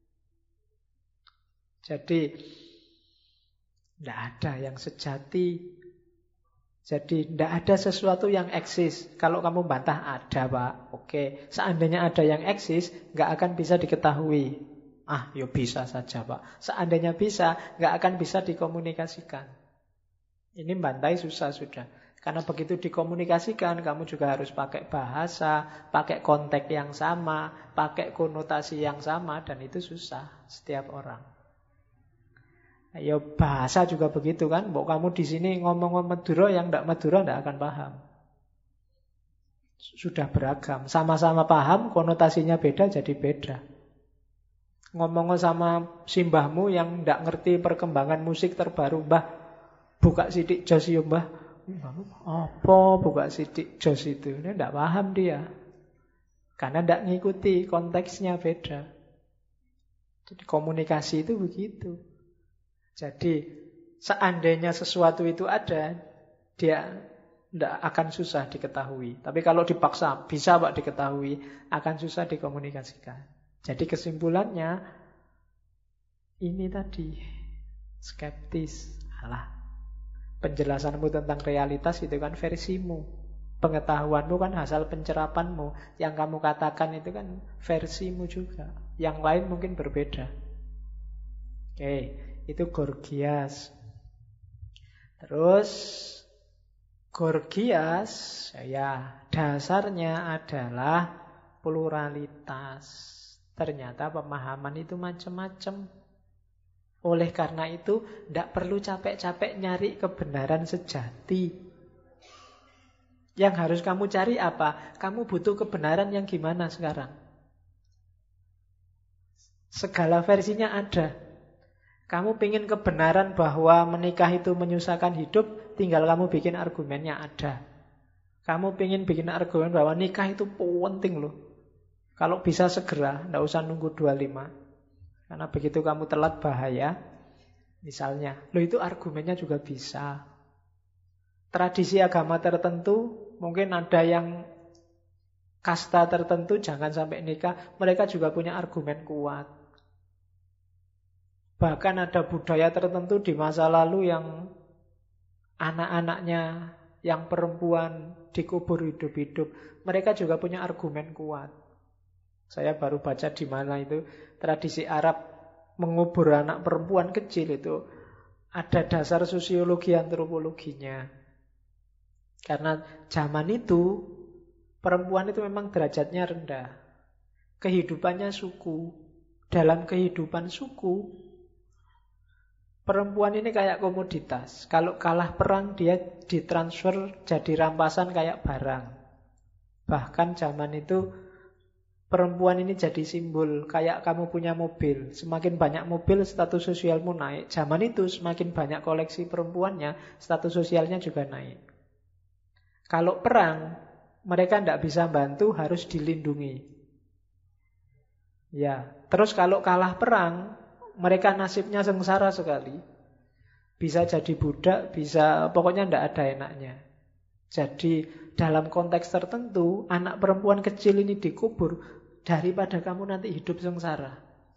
Speaker 1: Jadi, tidak ada yang sejati. Jadi, tidak ada sesuatu yang eksis. Kalau kamu bantah, ada Pak. Oke, seandainya ada yang eksis, nggak akan bisa diketahui. Ya bisa saja Pak. Seandainya bisa, nggak akan bisa dikomunikasikan. Ini bantai susah sudah. Karena begitu dikomunikasikan, kamu juga harus pakai bahasa, pakai konteks yang sama, pakai konotasi yang sama, dan itu susah setiap orang. Ya bahasa juga begitu kan. Mbok kamu di sini ngomong Madura, yang tidak Madura tidak akan paham. Sudah beragam. Sama-sama paham, konotasinya beda jadi beda. Ngomong sama simbahmu yang tidak ngerti perkembangan musik terbaru, Mbah, buka sidik jos ya Mbah. Apa buka sidik jos itu? Ini tidak paham dia. Karena tidak ngikuti, konteksnya beda. Jadi komunikasi itu begitu. Jadi seandainya sesuatu itu ada, dia tidak akan susah diketahui. Tapi kalau dipaksa, bisa Pak diketahui, akan susah dikomunikasikan. Jadi kesimpulannya, ini tadi, skeptis. Alah, penjelasanmu tentang realitas itu kan versimu. Pengetahuanmu kan hasil pencerapanmu. Yang kamu katakan itu kan versimu juga. Yang lain mungkin berbeda. Oke, itu Gorgias. Terus Gorgias, ya dasarnya adalah pluralitas. Ternyata pemahaman itu macam-macam. Oleh karena itu, tidak perlu capek-capek nyari kebenaran sejati. Yang harus kamu cari apa? Kamu butuh kebenaran yang gimana sekarang? Segala versinya ada. Kamu ingin kebenaran bahwa menikah itu menyusahkan hidup, tinggal kamu bikin argumennya ada. Kamu ingin bikin argumen bahwa nikah itu penting loh. Kalau bisa segera, tidak usah nunggu 25. Karena begitu kamu telat bahaya. Misalnya, loh itu argumennya juga bisa. Tradisi agama tertentu, mungkin ada yang kasta tertentu jangan sampai nikah, mereka juga punya argumen kuat. Bahkan ada budaya tertentu di masa lalu yang anak-anaknya yang perempuan dikubur hidup-hidup, mereka juga punya argumen kuat. Saya baru baca di mana itu tradisi Arab mengubur anak perempuan kecil itu ada dasar sosiologi antropologinya. Karena zaman itu perempuan itu memang derajatnya rendah. Kehidupannya suku. Dalam kehidupan suku, perempuan ini kayak komoditas. Kalau kalah perang dia ditransfer jadi rampasan kayak barang. Bahkan zaman itu perempuan ini jadi simbol, kayak kamu punya mobil. Semakin banyak mobil, status sosialmu naik. Zaman itu semakin banyak koleksi perempuannya, status sosialnya juga naik. Kalau perang, mereka tidak bisa bantu, harus dilindungi. Ya, terus kalau kalah perang, mereka nasibnya sengsara sekali. Bisa jadi budak, bisa, pokoknya tidak ada enaknya. Jadi dalam konteks tertentu, anak perempuan kecil ini dikubur daripada kamu nanti hidup sengsara.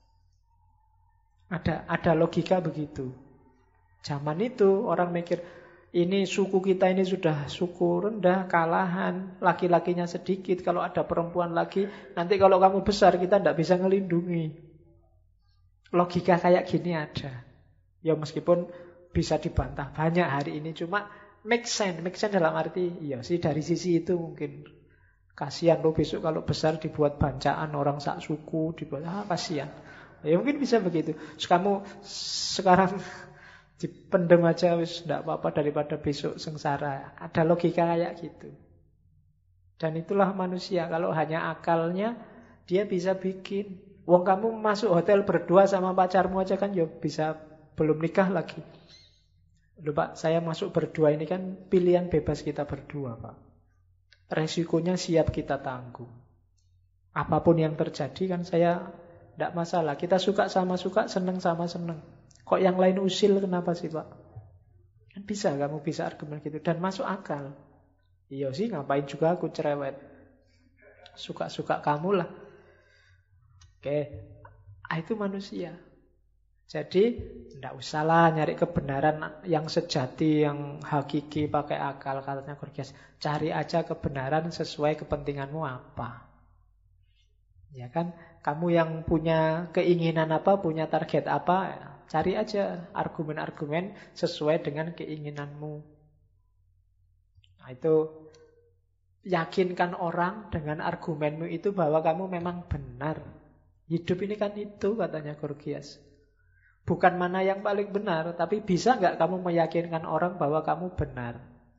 Speaker 1: Ada logika begitu. Zaman itu orang mikir, ini suku kita ini sudah suku rendah, kalahan, laki-lakinya sedikit. Kalau ada perempuan lagi, nanti kalau kamu besar kita tidak bisa ngelindungi. Logika kayak gini ada. Ya meskipun bisa dibantah banyak hari ini, cuma make sense dalam arti, iya sih dari sisi itu mungkin. Kasihan lo besok kalau besar dibuat bancaan orang sak suku, dibuat kasihan. Ya mungkin bisa begitu. Terus kamu sekarang dipendem aja wis enggak apa-apa daripada besok sengsara. Ada logika kayak gitu. Dan itulah manusia, kalau hanya akalnya dia bisa bikin. Wong kamu masuk hotel berdua sama pacarmu aja kan ya bisa belum nikah lagi. Loh Pak, saya masuk berdua ini kan pilihan bebas kita berdua Pak. Resikonya siap kita tanggung. Apapun yang terjadi kan saya tidak masalah. Kita suka sama suka, seneng sama seneng. Kok yang lain usil kenapa sih Pak? Kan bisa, kamu bisa argumen gitu. Dan masuk akal. Iya sih, ngapain juga aku cerewet. Suka-suka kamu lah. Oke, itu manusia. Jadi tidak usahlah nyari kebenaran yang sejati, yang hakiki pakai akal, katanya Gorgias. Cari aja kebenaran sesuai kepentinganmu apa. Ya kan, kamu yang punya keinginan apa, punya target apa, cari aja argumen-argumen sesuai dengan keinginanmu. Nah itu, yakinkan orang dengan argumenmu itu bahwa kamu memang benar. Hidup ini kan itu, katanya Gorgias. Bukan mana yang paling benar, tapi bisa nggak kamu meyakinkan orang bahwa kamu benar?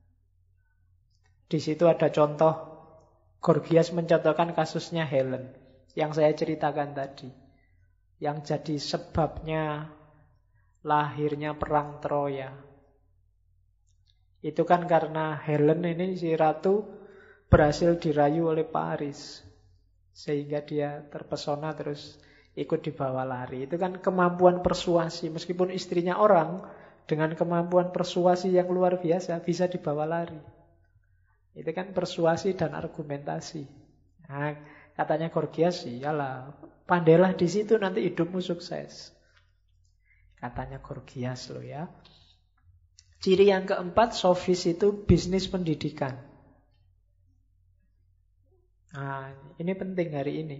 Speaker 1: Di situ ada contoh, Gorgias mencontohkan kasusnya Helen, yang saya ceritakan tadi. Yang jadi sebabnya lahirnya perang Troya. Itu kan karena Helen ini, si ratu, berhasil dirayu oleh Paris. Sehingga dia terpesona terus ikut dibawa lari. Itu kan kemampuan persuasi. Meskipun istrinya orang, dengan kemampuan persuasi yang luar biasa bisa dibawa lari. Itu kan persuasi dan argumentasi. Nah, katanya Gorgias, iyalah, pandailah di situ nanti hidupmu sukses. Katanya Gorgias loh ya. Ciri yang keempat, sofis itu bisnis pendidikan. Nah, ini penting hari ini.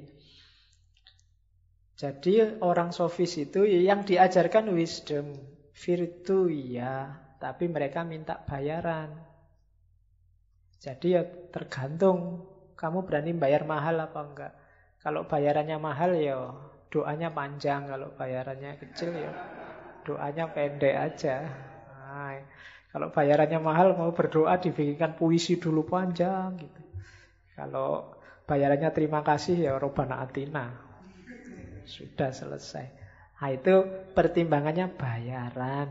Speaker 1: Jadi orang sofis itu yang diajarkan wisdom, virtu ya, tapi mereka minta bayaran. Jadi ya tergantung kamu berani bayar mahal apa enggak. Kalau bayarannya mahal ya doanya panjang, kalau bayarannya kecil ya doanya pendek aja. Nah, kalau bayarannya mahal, mau berdoa dibikinkan puisi dulu panjang gitu. Kalau bayarannya terima kasih, ya Robbana Atina. Sudah selesai. Nah, itu pertimbangannya bayaran.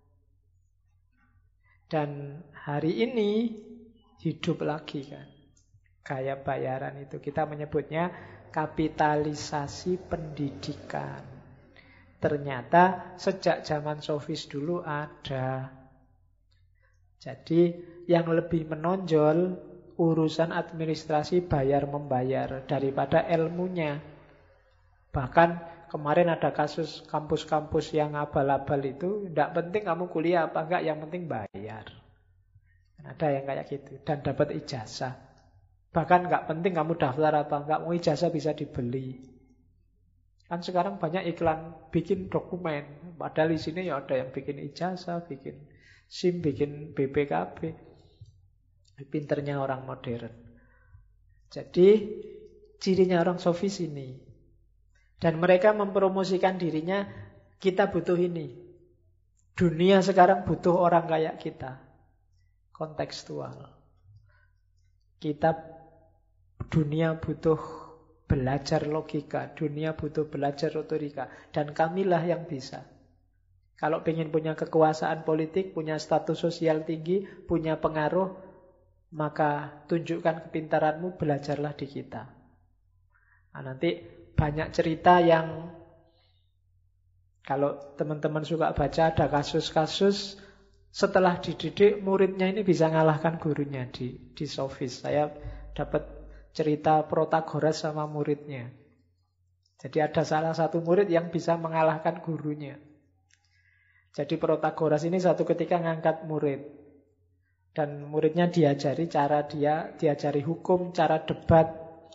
Speaker 1: Dan hari ini hidup lagi kan. Gaya bayaran itu kita menyebutnya kapitalisasi pendidikan. Ternyata sejak zaman sofis dulu ada. Jadi yang lebih menonjol urusan administrasi bayar-membayar daripada ilmunya. Bahkan kemarin ada kasus kampus-kampus yang abal-abal itu, tidak penting kamu kuliah apa enggak, yang penting bayar. Ada yang kayak gitu dan dapat ijazah. Bahkan enggak penting kamu daftar apa enggak, mau ijazah bisa dibeli. Kan sekarang banyak iklan bikin dokumen, padahal di sini ya ada yang bikin ijazah, bikin SIM, bikin BPKB. Pinternya orang modern. Jadi cirinya orang sofis ini. Dan mereka mempromosikan dirinya, kita butuh ini. Dunia sekarang butuh orang kayak kita. Kontekstual. Dunia butuh belajar logika, dunia butuh belajar retorika, dan kamilah yang bisa. Kalau ingin punya kekuasaan politik, punya status sosial tinggi, punya pengaruh, maka tunjukkan kepintaranmu, belajarlah di kita. Nah, nanti banyak cerita yang kalau teman-teman suka baca, ada kasus-kasus setelah dididik muridnya ini bisa ngalahkan gurunya di sofis. Saya dapat cerita Protagoras sama muridnya. Jadi ada salah satu murid yang bisa mengalahkan gurunya. Jadi Protagoras ini satu ketika ngangkat murid. Dan muridnya diajari cara diajari hukum, cara debat.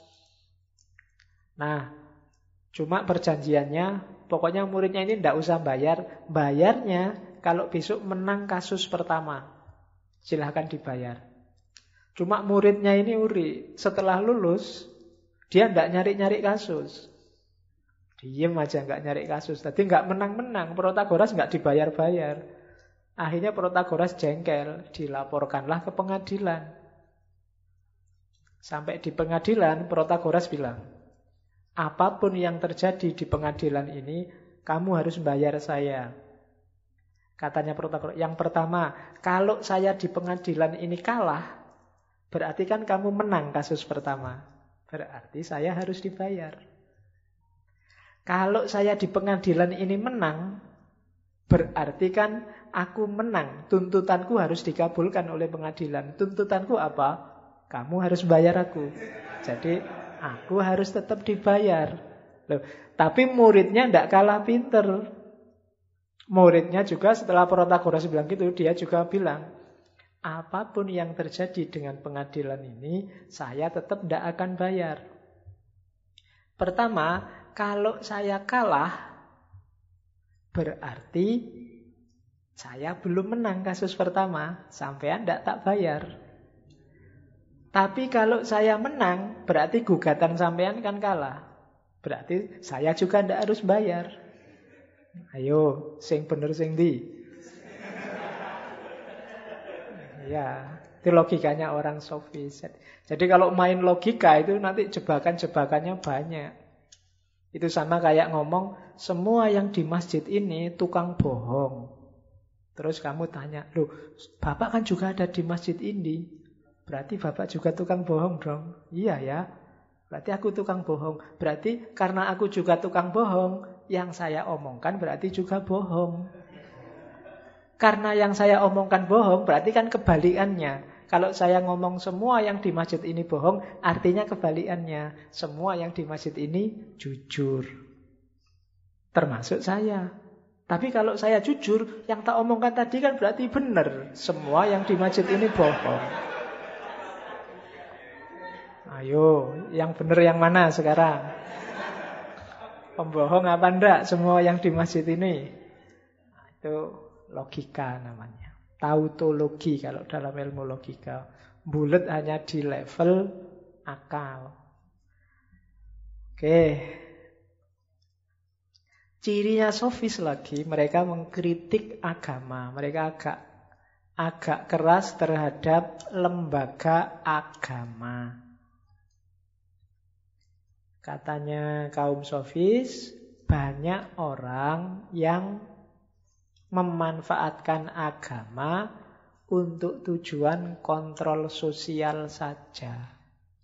Speaker 1: Nah, cuma perjanjiannya, pokoknya muridnya ini tidak usah bayar. Bayarnya kalau besok menang kasus pertama, silahkan dibayar. Cuma muridnya ini uri, setelah lulus, dia tidak nyari-nyari kasus. Diem aja nggak nyari kasus. Tadi nggak menang-menang, Protagoras nggak dibayar-bayar. Akhirnya Protagoras jengkel, dilaporkanlah ke pengadilan. Sampai di pengadilan, Protagoras bilang, apapun yang terjadi di pengadilan ini, kamu harus bayar saya. Katanya Protagoras, yang pertama, kalau saya di pengadilan ini kalah, berarti kan kamu menang kasus pertama. Berarti saya harus dibayar. Kalau saya di pengadilan ini menang, berarti kan aku menang. Tuntutanku harus dikabulkan oleh pengadilan. Tuntutanku apa? Kamu harus bayar aku. Jadi aku harus tetap dibayar. Loh, tapi muridnya tidak kalah pinter. Muridnya juga setelah Protagoras bilang gitu, dia juga bilang, apapun yang terjadi dengan pengadilan ini, saya tetap tidak akan bayar. Pertama, kalau saya kalah, berarti saya belum menang kasus pertama, sampean tidak tak bayar. Tapi kalau saya menang, berarti gugatan sampean kan kalah. Berarti saya juga tidak harus bayar. Ayo, sing bener sing di. Ya, itu logikanya orang sofis. Jadi kalau main logika itu nanti jebakan-jebakannya banyak. Itu sama kayak ngomong, semua yang di masjid ini tukang bohong. Terus kamu tanya, loh, Bapak kan juga ada di masjid ini. Berarti Bapak juga tukang bohong dong. Iya ya, berarti aku tukang bohong. Berarti karena aku juga tukang bohong, yang saya omongkan berarti juga bohong. Karena yang saya omongkan bohong, berarti kan kebalikannya. Kalau saya ngomong semua yang di masjid ini bohong, artinya kebalikannya. Semua yang di masjid ini jujur. Termasuk saya. Tapi kalau saya jujur, yang tak omongkan tadi kan berarti benar. Semua yang di masjid ini bohong. Ayo, yang benar yang mana sekarang? Pembohong apa enggak semua yang di masjid ini? Nah, itu logika namanya. Tautologi kalau dalam ilmu logika. Bulet hanya di level akal. Oke. Cirinya sofis lagi, mereka mengkritik agama. Mereka agak keras terhadap lembaga agama. Katanya kaum sofis, banyak orang yang memanfaatkan agama untuk tujuan kontrol sosial saja.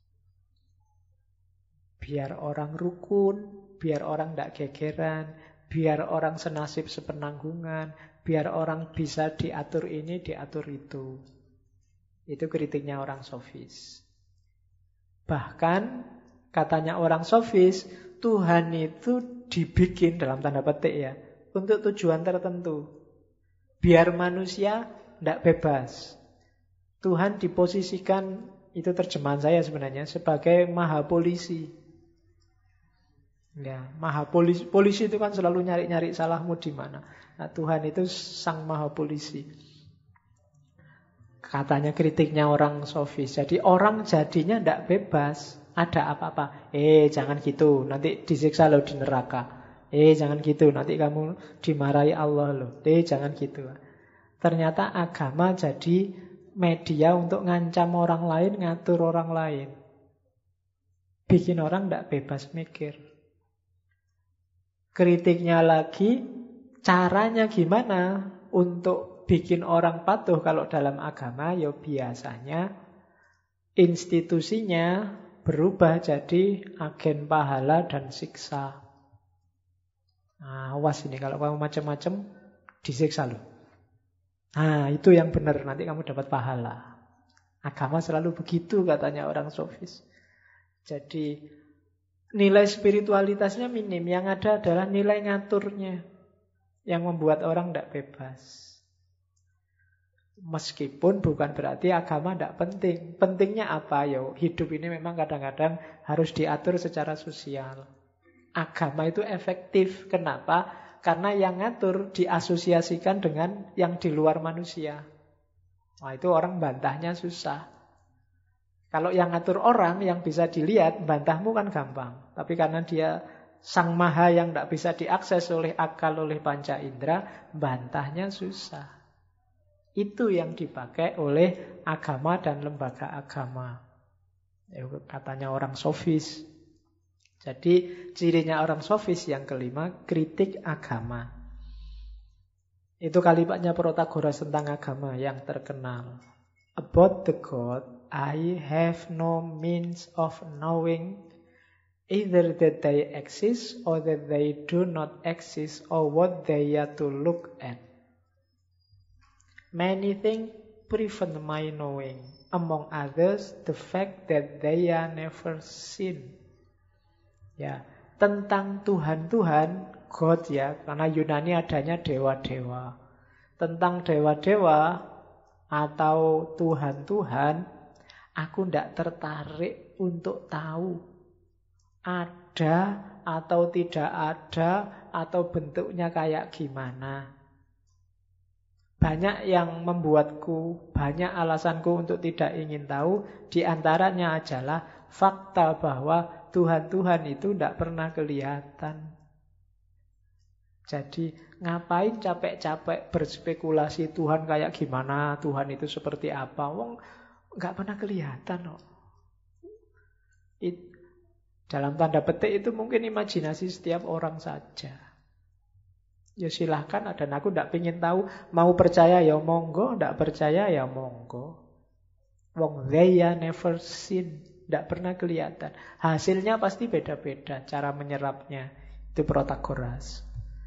Speaker 1: Biar orang rukun, biar orang tidak gegeran, biar orang senasib sepenanggungan, biar orang bisa diatur ini, diatur itu. Itu kritiknya orang sofis. Bahkan katanya orang sofis, Tuhan itu dibikin dalam tanda petik ya, untuk tujuan tertentu. Biar manusia tidak bebas. Tuhan diposisikan, itu terjemahan saya sebenarnya, sebagai maha polisi. Ya, maha polisi itu kan selalu nyari-nyari salahmu di mana. Nah, Tuhan itu sang maha polisi. Katanya kritiknya orang sofis. Jadi orang jadinya tidak bebas. Ada apa-apa. Jangan gitu. Nanti disiksa lo di neraka. Jangan gitu. Nanti kamu dimarahi Allah lo. Jangan gitu. Ternyata agama jadi media untuk ngancam orang lain, ngatur orang lain. Bikin orang tidak bebas mikir. Kritiknya lagi, caranya gimana untuk bikin orang patuh kalau dalam agama? Ya biasanya institusinya berubah jadi agen pahala dan siksa. Nah, awas ini kalau kamu macam-macam disiksa loh. Nah, itu yang benar, nanti kamu dapat pahala. Agama selalu begitu katanya orang sofis. Jadi nilai spiritualitasnya minim. Yang ada adalah nilai ngaturnya yang membuat orang tidak bebas. Meskipun bukan berarti agama tidak penting. Pentingnya apa? Hidup ini memang kadang-kadang harus diatur secara sosial. Agama itu efektif. Kenapa? Karena yang ngatur diasosiasikan dengan yang di luar manusia. Wah, itu orang bantahnya susah. Kalau yang ngatur orang, yang bisa dilihat, bantahmu kan gampang. Tapi karena dia sang maha yang tidak bisa diakses oleh akal, oleh panca indera, bantahnya susah. Itu yang dipakai oleh agama dan lembaga agama. Katanya orang sofis. Jadi cirinya orang sofis yang kelima, kritik agama. Itu kalimatnya Protagoras tentang agama yang terkenal. About the God, I have no means of knowing either that they exist or that they do not exist or what they are to look at. Many things prevent my knowing, among others the fact that they are never seen. Ya, tentang Tuhan-Tuhan, God ya, karena Yunani adanya dewa-dewa. Tentang dewa-dewa atau Tuhan-Tuhan, aku tidak tertarik untuk tahu ada atau tidak ada atau bentuknya kayak gimana. Banyak yang membuatku, banyak alasanku untuk tidak ingin tahu. Di antaranya adalah fakta bahwa Tuhan-Tuhan itu tidak pernah kelihatan. Jadi ngapain capek-capek berspekulasi Tuhan kayak gimana, Tuhan itu seperti apa? Wong nggak pernah kelihatan kok. Dalam tanda petik itu mungkin imajinasi setiap orang saja. Ya silahkan, dan aku tidak ingin tahu. Mau percaya ya monggo, tidak percaya ya monggo. Wong they are never seen, tidak pernah kelihatan. Hasilnya pasti beda-beda cara menyerapnya. Itu Protagoras.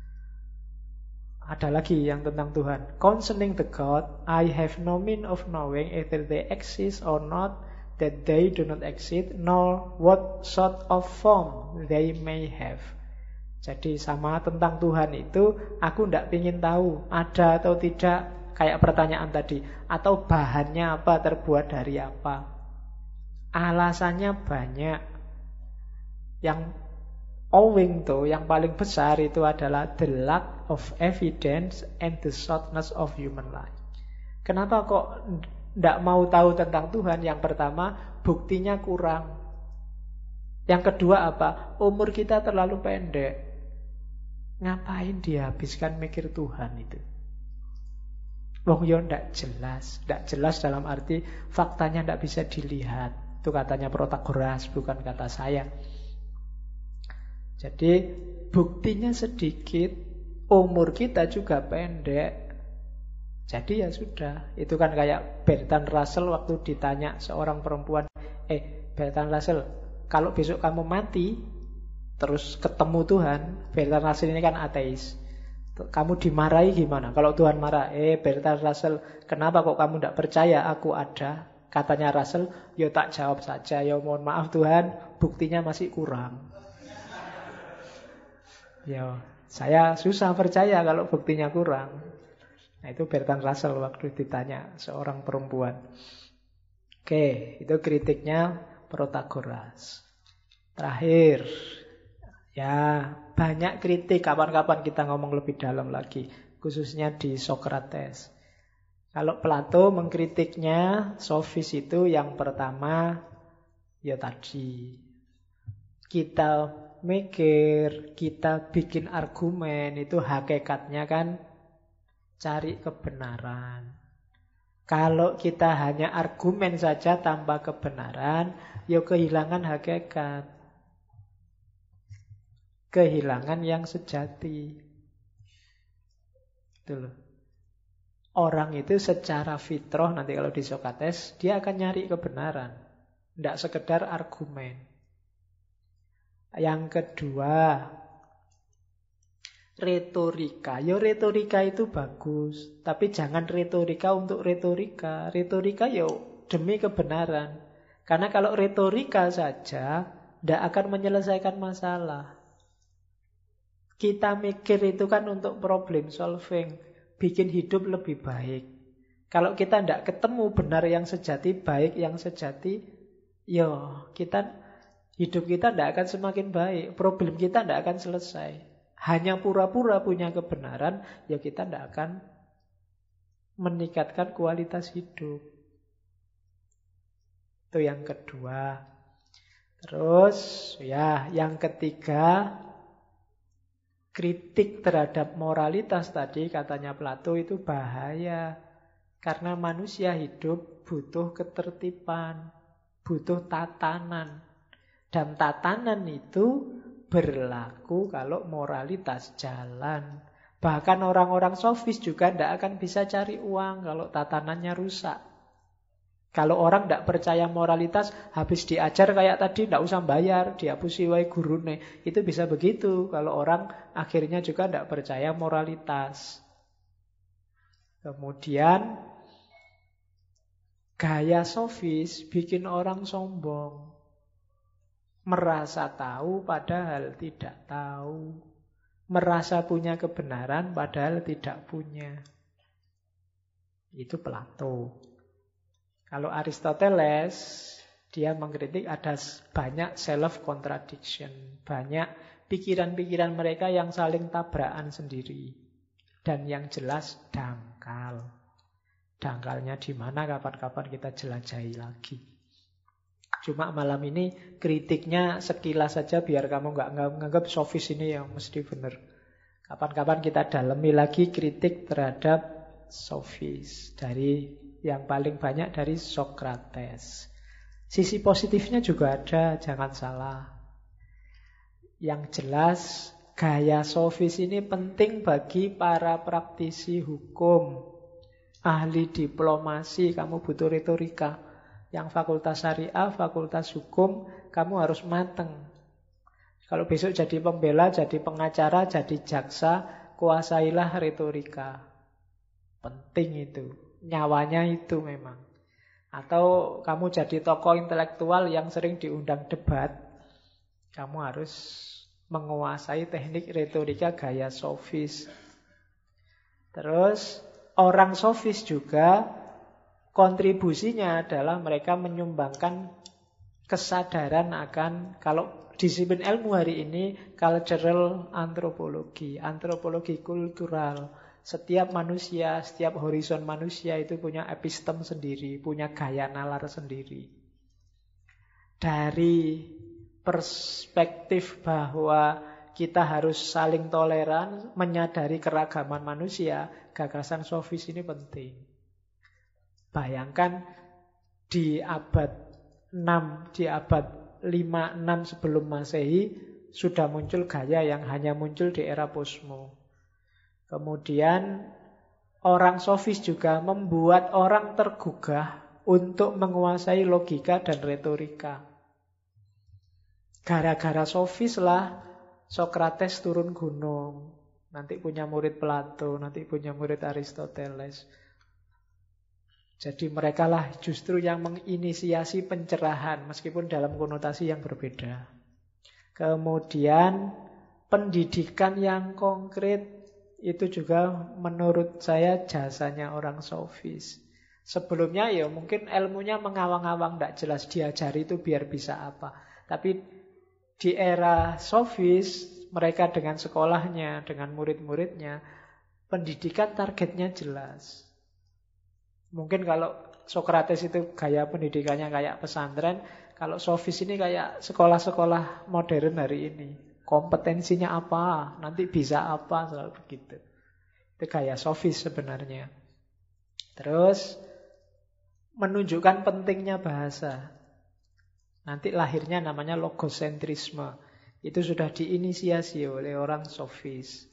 Speaker 1: Ada lagi yang tentang Tuhan. Concerning the God, I have no means of knowing either they exist or not, that they do not exist, nor what sort of form they may have. Jadi sama tentang Tuhan itu, aku tidak ingin tahu ada atau tidak, kayak pertanyaan tadi, atau bahannya apa, terbuat dari apa. Alasannya banyak. Yang owing to, yang paling besar itu adalah the lack of evidence and the shortness of human life. Kenapa kok tidak mau tahu tentang Tuhan? Yang pertama, buktinya kurang. Yang kedua apa? Umur kita terlalu pendek. Ngapain dihabiskan mikir Tuhan itu? Wong yo ndak jelas. Ndak jelas dalam arti faktanya ndak bisa dilihat. Itu katanya Protagoras, bukan kata saya. Jadi buktinya sedikit, umur kita juga pendek. Jadi ya sudah. Itu kan kayak Bertrand Russell waktu ditanya seorang perempuan, Bertrand Russell, kalau besok kamu mati terus ketemu Tuhan, Bertrand Russell ini kan ateis, kamu dimarahi gimana? Kalau Tuhan marah, Bertrand Russell, kenapa kok kamu tidak percaya aku ada? Katanya Russell, ya tak jawab saja, ya mohon maaf Tuhan, buktinya masih kurang. Ya, saya susah percaya kalau buktinya kurang. Nah, itu Bertrand Russell waktu ditanya seorang perempuan. Oke, itu kritiknya Protagoras. Terakhir, ya, banyak kritik, kapan-kapan kita ngomong lebih dalam lagi, khususnya di Sokrates. Kalau Plato mengkritiknya sofis itu yang pertama, ya tadi, kita mikir, kita bikin argumen, itu hakikatnya kan cari kebenaran. Kalau kita hanya argumen saja tanpa kebenaran, ya kehilangan hakikat. Kehilangan yang sejati. Itu loh. Orang itu secara fitrah, nanti kalau di Sokrates, dia akan nyari kebenaran. Tidak sekedar argumen. Yang kedua, retorika. Ya retorika itu bagus, tapi jangan retorika untuk retorika. Retorika ya demi kebenaran. Karena kalau retorika saja, tidak akan menyelesaikan masalah. Kita mikir itu kan untuk problem solving, bikin hidup lebih baik. Kalau kita tidak ketemu benar yang sejati, baik yang sejati, hidup kita tidak akan semakin baik. Problem kita tidak akan selesai. Hanya pura-pura punya kebenaran, ya kita tidak akan meningkatkan kualitas hidup. Itu yang kedua. Terus, ya, yang ketiga, kritik terhadap moralitas tadi, katanya Plato, itu bahaya. Karena manusia hidup butuh ketertiban, butuh tatanan. Dan tatanan itu berlaku kalau moralitas jalan. Bahkan orang-orang sofis juga tidak akan bisa cari uang kalau tatanannya rusak. Kalau orang tidak percaya moralitas, habis diajar kayak tadi, tidak usah bayar, dihapusi wae gurune. Itu bisa begitu kalau orang akhirnya juga tidak percaya moralitas. Kemudian, gaya sofis bikin orang sombong. Merasa tahu padahal tidak tahu. Merasa punya kebenaran padahal tidak punya. Itu Plato. Kalau Aristoteles, dia mengkritik ada banyak self-contradiction. Banyak pikiran-pikiran mereka yang saling tabrakan sendiri. Dan yang jelas dangkal. Dangkalnya di mana kapan-kapan kita jelajahi lagi. Cuma malam ini kritiknya sekilas saja biar kamu nggak nganggap sofis ini yang mesti benar. Kapan-kapan kita dalami lagi kritik terhadap sofis dari yang paling banyak dari Sokrates. Sisi positifnya juga ada, jangan salah. Yang jelas, gaya sofis ini penting bagi para praktisi hukum, ahli diplomasi, kamu butuh retorika. Yang fakultas syariah, fakultas hukum, kamu harus mateng. Kalau besok jadi pembela, jadi pengacara, jadi jaksa, kuasailah retorika. Penting itu. Nyawanya itu memang. Atau kamu jadi tokoh intelektual yang sering diundang debat, kamu harus menguasai teknik retorika gaya sofis. Terus orang sofis juga kontribusinya adalah mereka menyumbangkan kesadaran akan, kalau disiplin ilmu hari ini, cultural anthropology, antropologi kultural. Setiap manusia, setiap horizon manusia itu punya epistem sendiri, punya gaya nalar sendiri. Dari perspektif bahwa kita harus saling toleran, menyadari keragaman manusia, gagasan sofis ini penting. Bayangkan di abad 6, di abad 5-6 sebelum Masehi, sudah muncul gaya yang hanya muncul di era posmo. Kemudian orang sofis juga membuat orang tergugah untuk menguasai logika dan retorika. Gara-gara sofis lah Sokrates turun gunung, nanti punya murid Plato, nanti punya murid Aristoteles. Jadi mereka lah justru yang menginisiasi pencerahan, meskipun dalam konotasi yang berbeda. Kemudian pendidikan yang konkret itu juga menurut saya jasanya orang sofis. Sebelumnya ya mungkin ilmunya mengawang-awang, tidak jelas, diajari itu biar bisa apa. Tapi di era sofis, mereka dengan sekolahnya, dengan murid-muridnya, pendidikan targetnya jelas. Mungkin kalau Sokrates itu gaya pendidikannya kayak pesantren, kalau sofis ini kayak sekolah-sekolah modern hari ini. Kompetensinya apa, nanti bisa apa, selalu begitu. Itu gaya sofis sebenarnya. Terus menunjukkan pentingnya bahasa. Nanti lahirnya namanya logosentrisme. Itu sudah diinisiasi oleh orang sofis.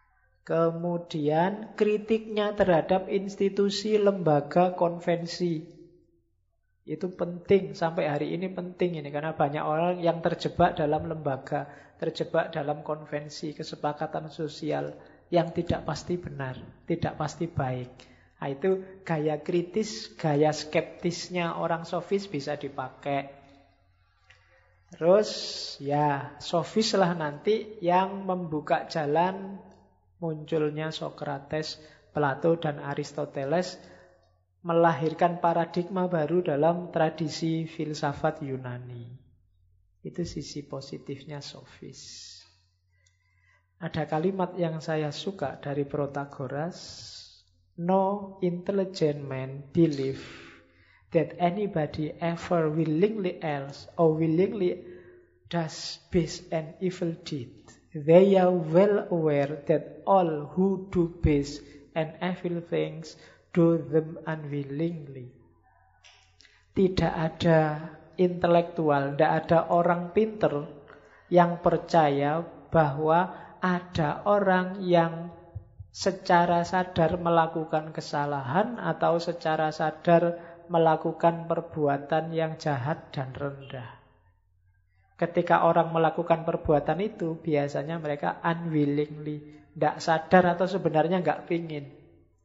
Speaker 1: Kemudian kritiknya terhadap institusi, lembaga, konvensi. Itu penting, sampai hari ini penting ini. Karena banyak orang yang terjebak dalam lembaga, terjebak dalam konvensi, kesepakatan sosial yang tidak pasti benar, tidak pasti baik. Nah, itu gaya kritis, gaya skeptisnya orang sofis bisa dipakai. Terus ya sofis lah nanti yang membuka jalan munculnya Sokrates, Plato, dan Aristoteles, melahirkan paradigma baru dalam tradisi filsafat Yunani. Itu sisi positifnya sofis. Ada kalimat yang saya suka dari Protagoras. No intelligent man believe that anybody ever willingly else or willingly does base an evil deed. They are well aware that all who do base and evil things do them unwillingly. Tidak ada intelektual, tidak ada orang pinter yang percaya bahwa ada orang yang secara sadar melakukan kesalahan atau secara sadar melakukan perbuatan yang jahat dan rendah. Ketika orang melakukan perbuatan itu, biasanya mereka unwillingly, tidak sadar atau sebenarnya nggak pingin.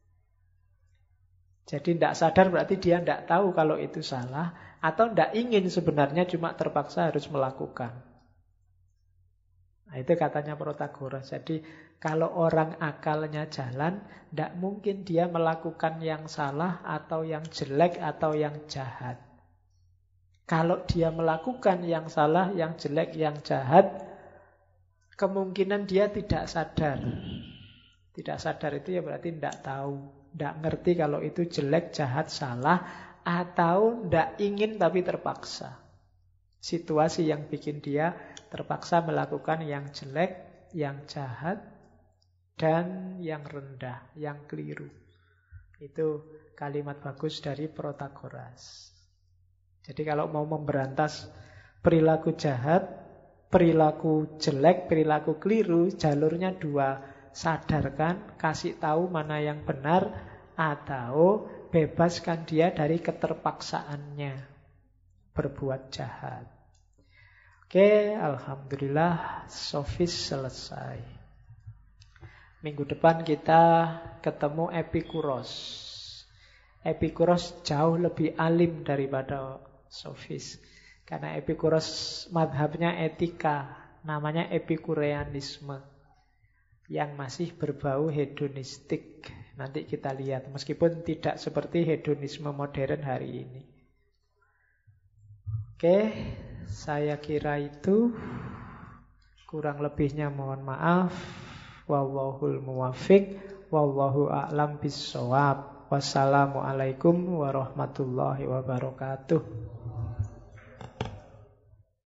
Speaker 1: Jadi tidak sadar berarti dia tidak tahu kalau itu salah, atau tidak ingin sebenarnya, cuma terpaksa harus melakukan. Nah, itu katanya Protagoras. Jadi kalau orang akalnya jalan, tidak mungkin dia melakukan yang salah atau yang jelek atau yang jahat. Kalau dia melakukan yang salah, yang jelek, yang jahat, kemungkinan dia tidak sadar. Tidak sadar itu ya berarti tidak tahu, tidak ngerti kalau itu jelek, jahat, salah, atau tidak ingin tapi terpaksa. Situasi yang bikin dia terpaksa melakukan yang jelek, yang jahat, dan yang rendah, yang keliru. Itu kalimat bagus dari Protagoras. Jadi kalau mau memberantas perilaku jahat, perilaku jelek, perilaku keliru, jalurnya dua. Sadarkan, kasih tahu mana yang benar, atau bebaskan dia dari keterpaksaannya berbuat jahat. Oke, alhamdulillah sofis selesai. Minggu depan kita ketemu Epikuros. Epikuros jauh lebih alim daripada sofis. Karena Epikuros madhabnya etika, namanya Epikureanisme, yang masih berbau hedonistik. Nanti kita lihat, meskipun tidak seperti hedonisme modern hari ini. Oke, saya kira itu. Kurang lebihnya mohon maaf. Wallahul muwaffiq, wallahu a'lam bissawab. Wassalamualaikum warahmatullahi wabarakatuh.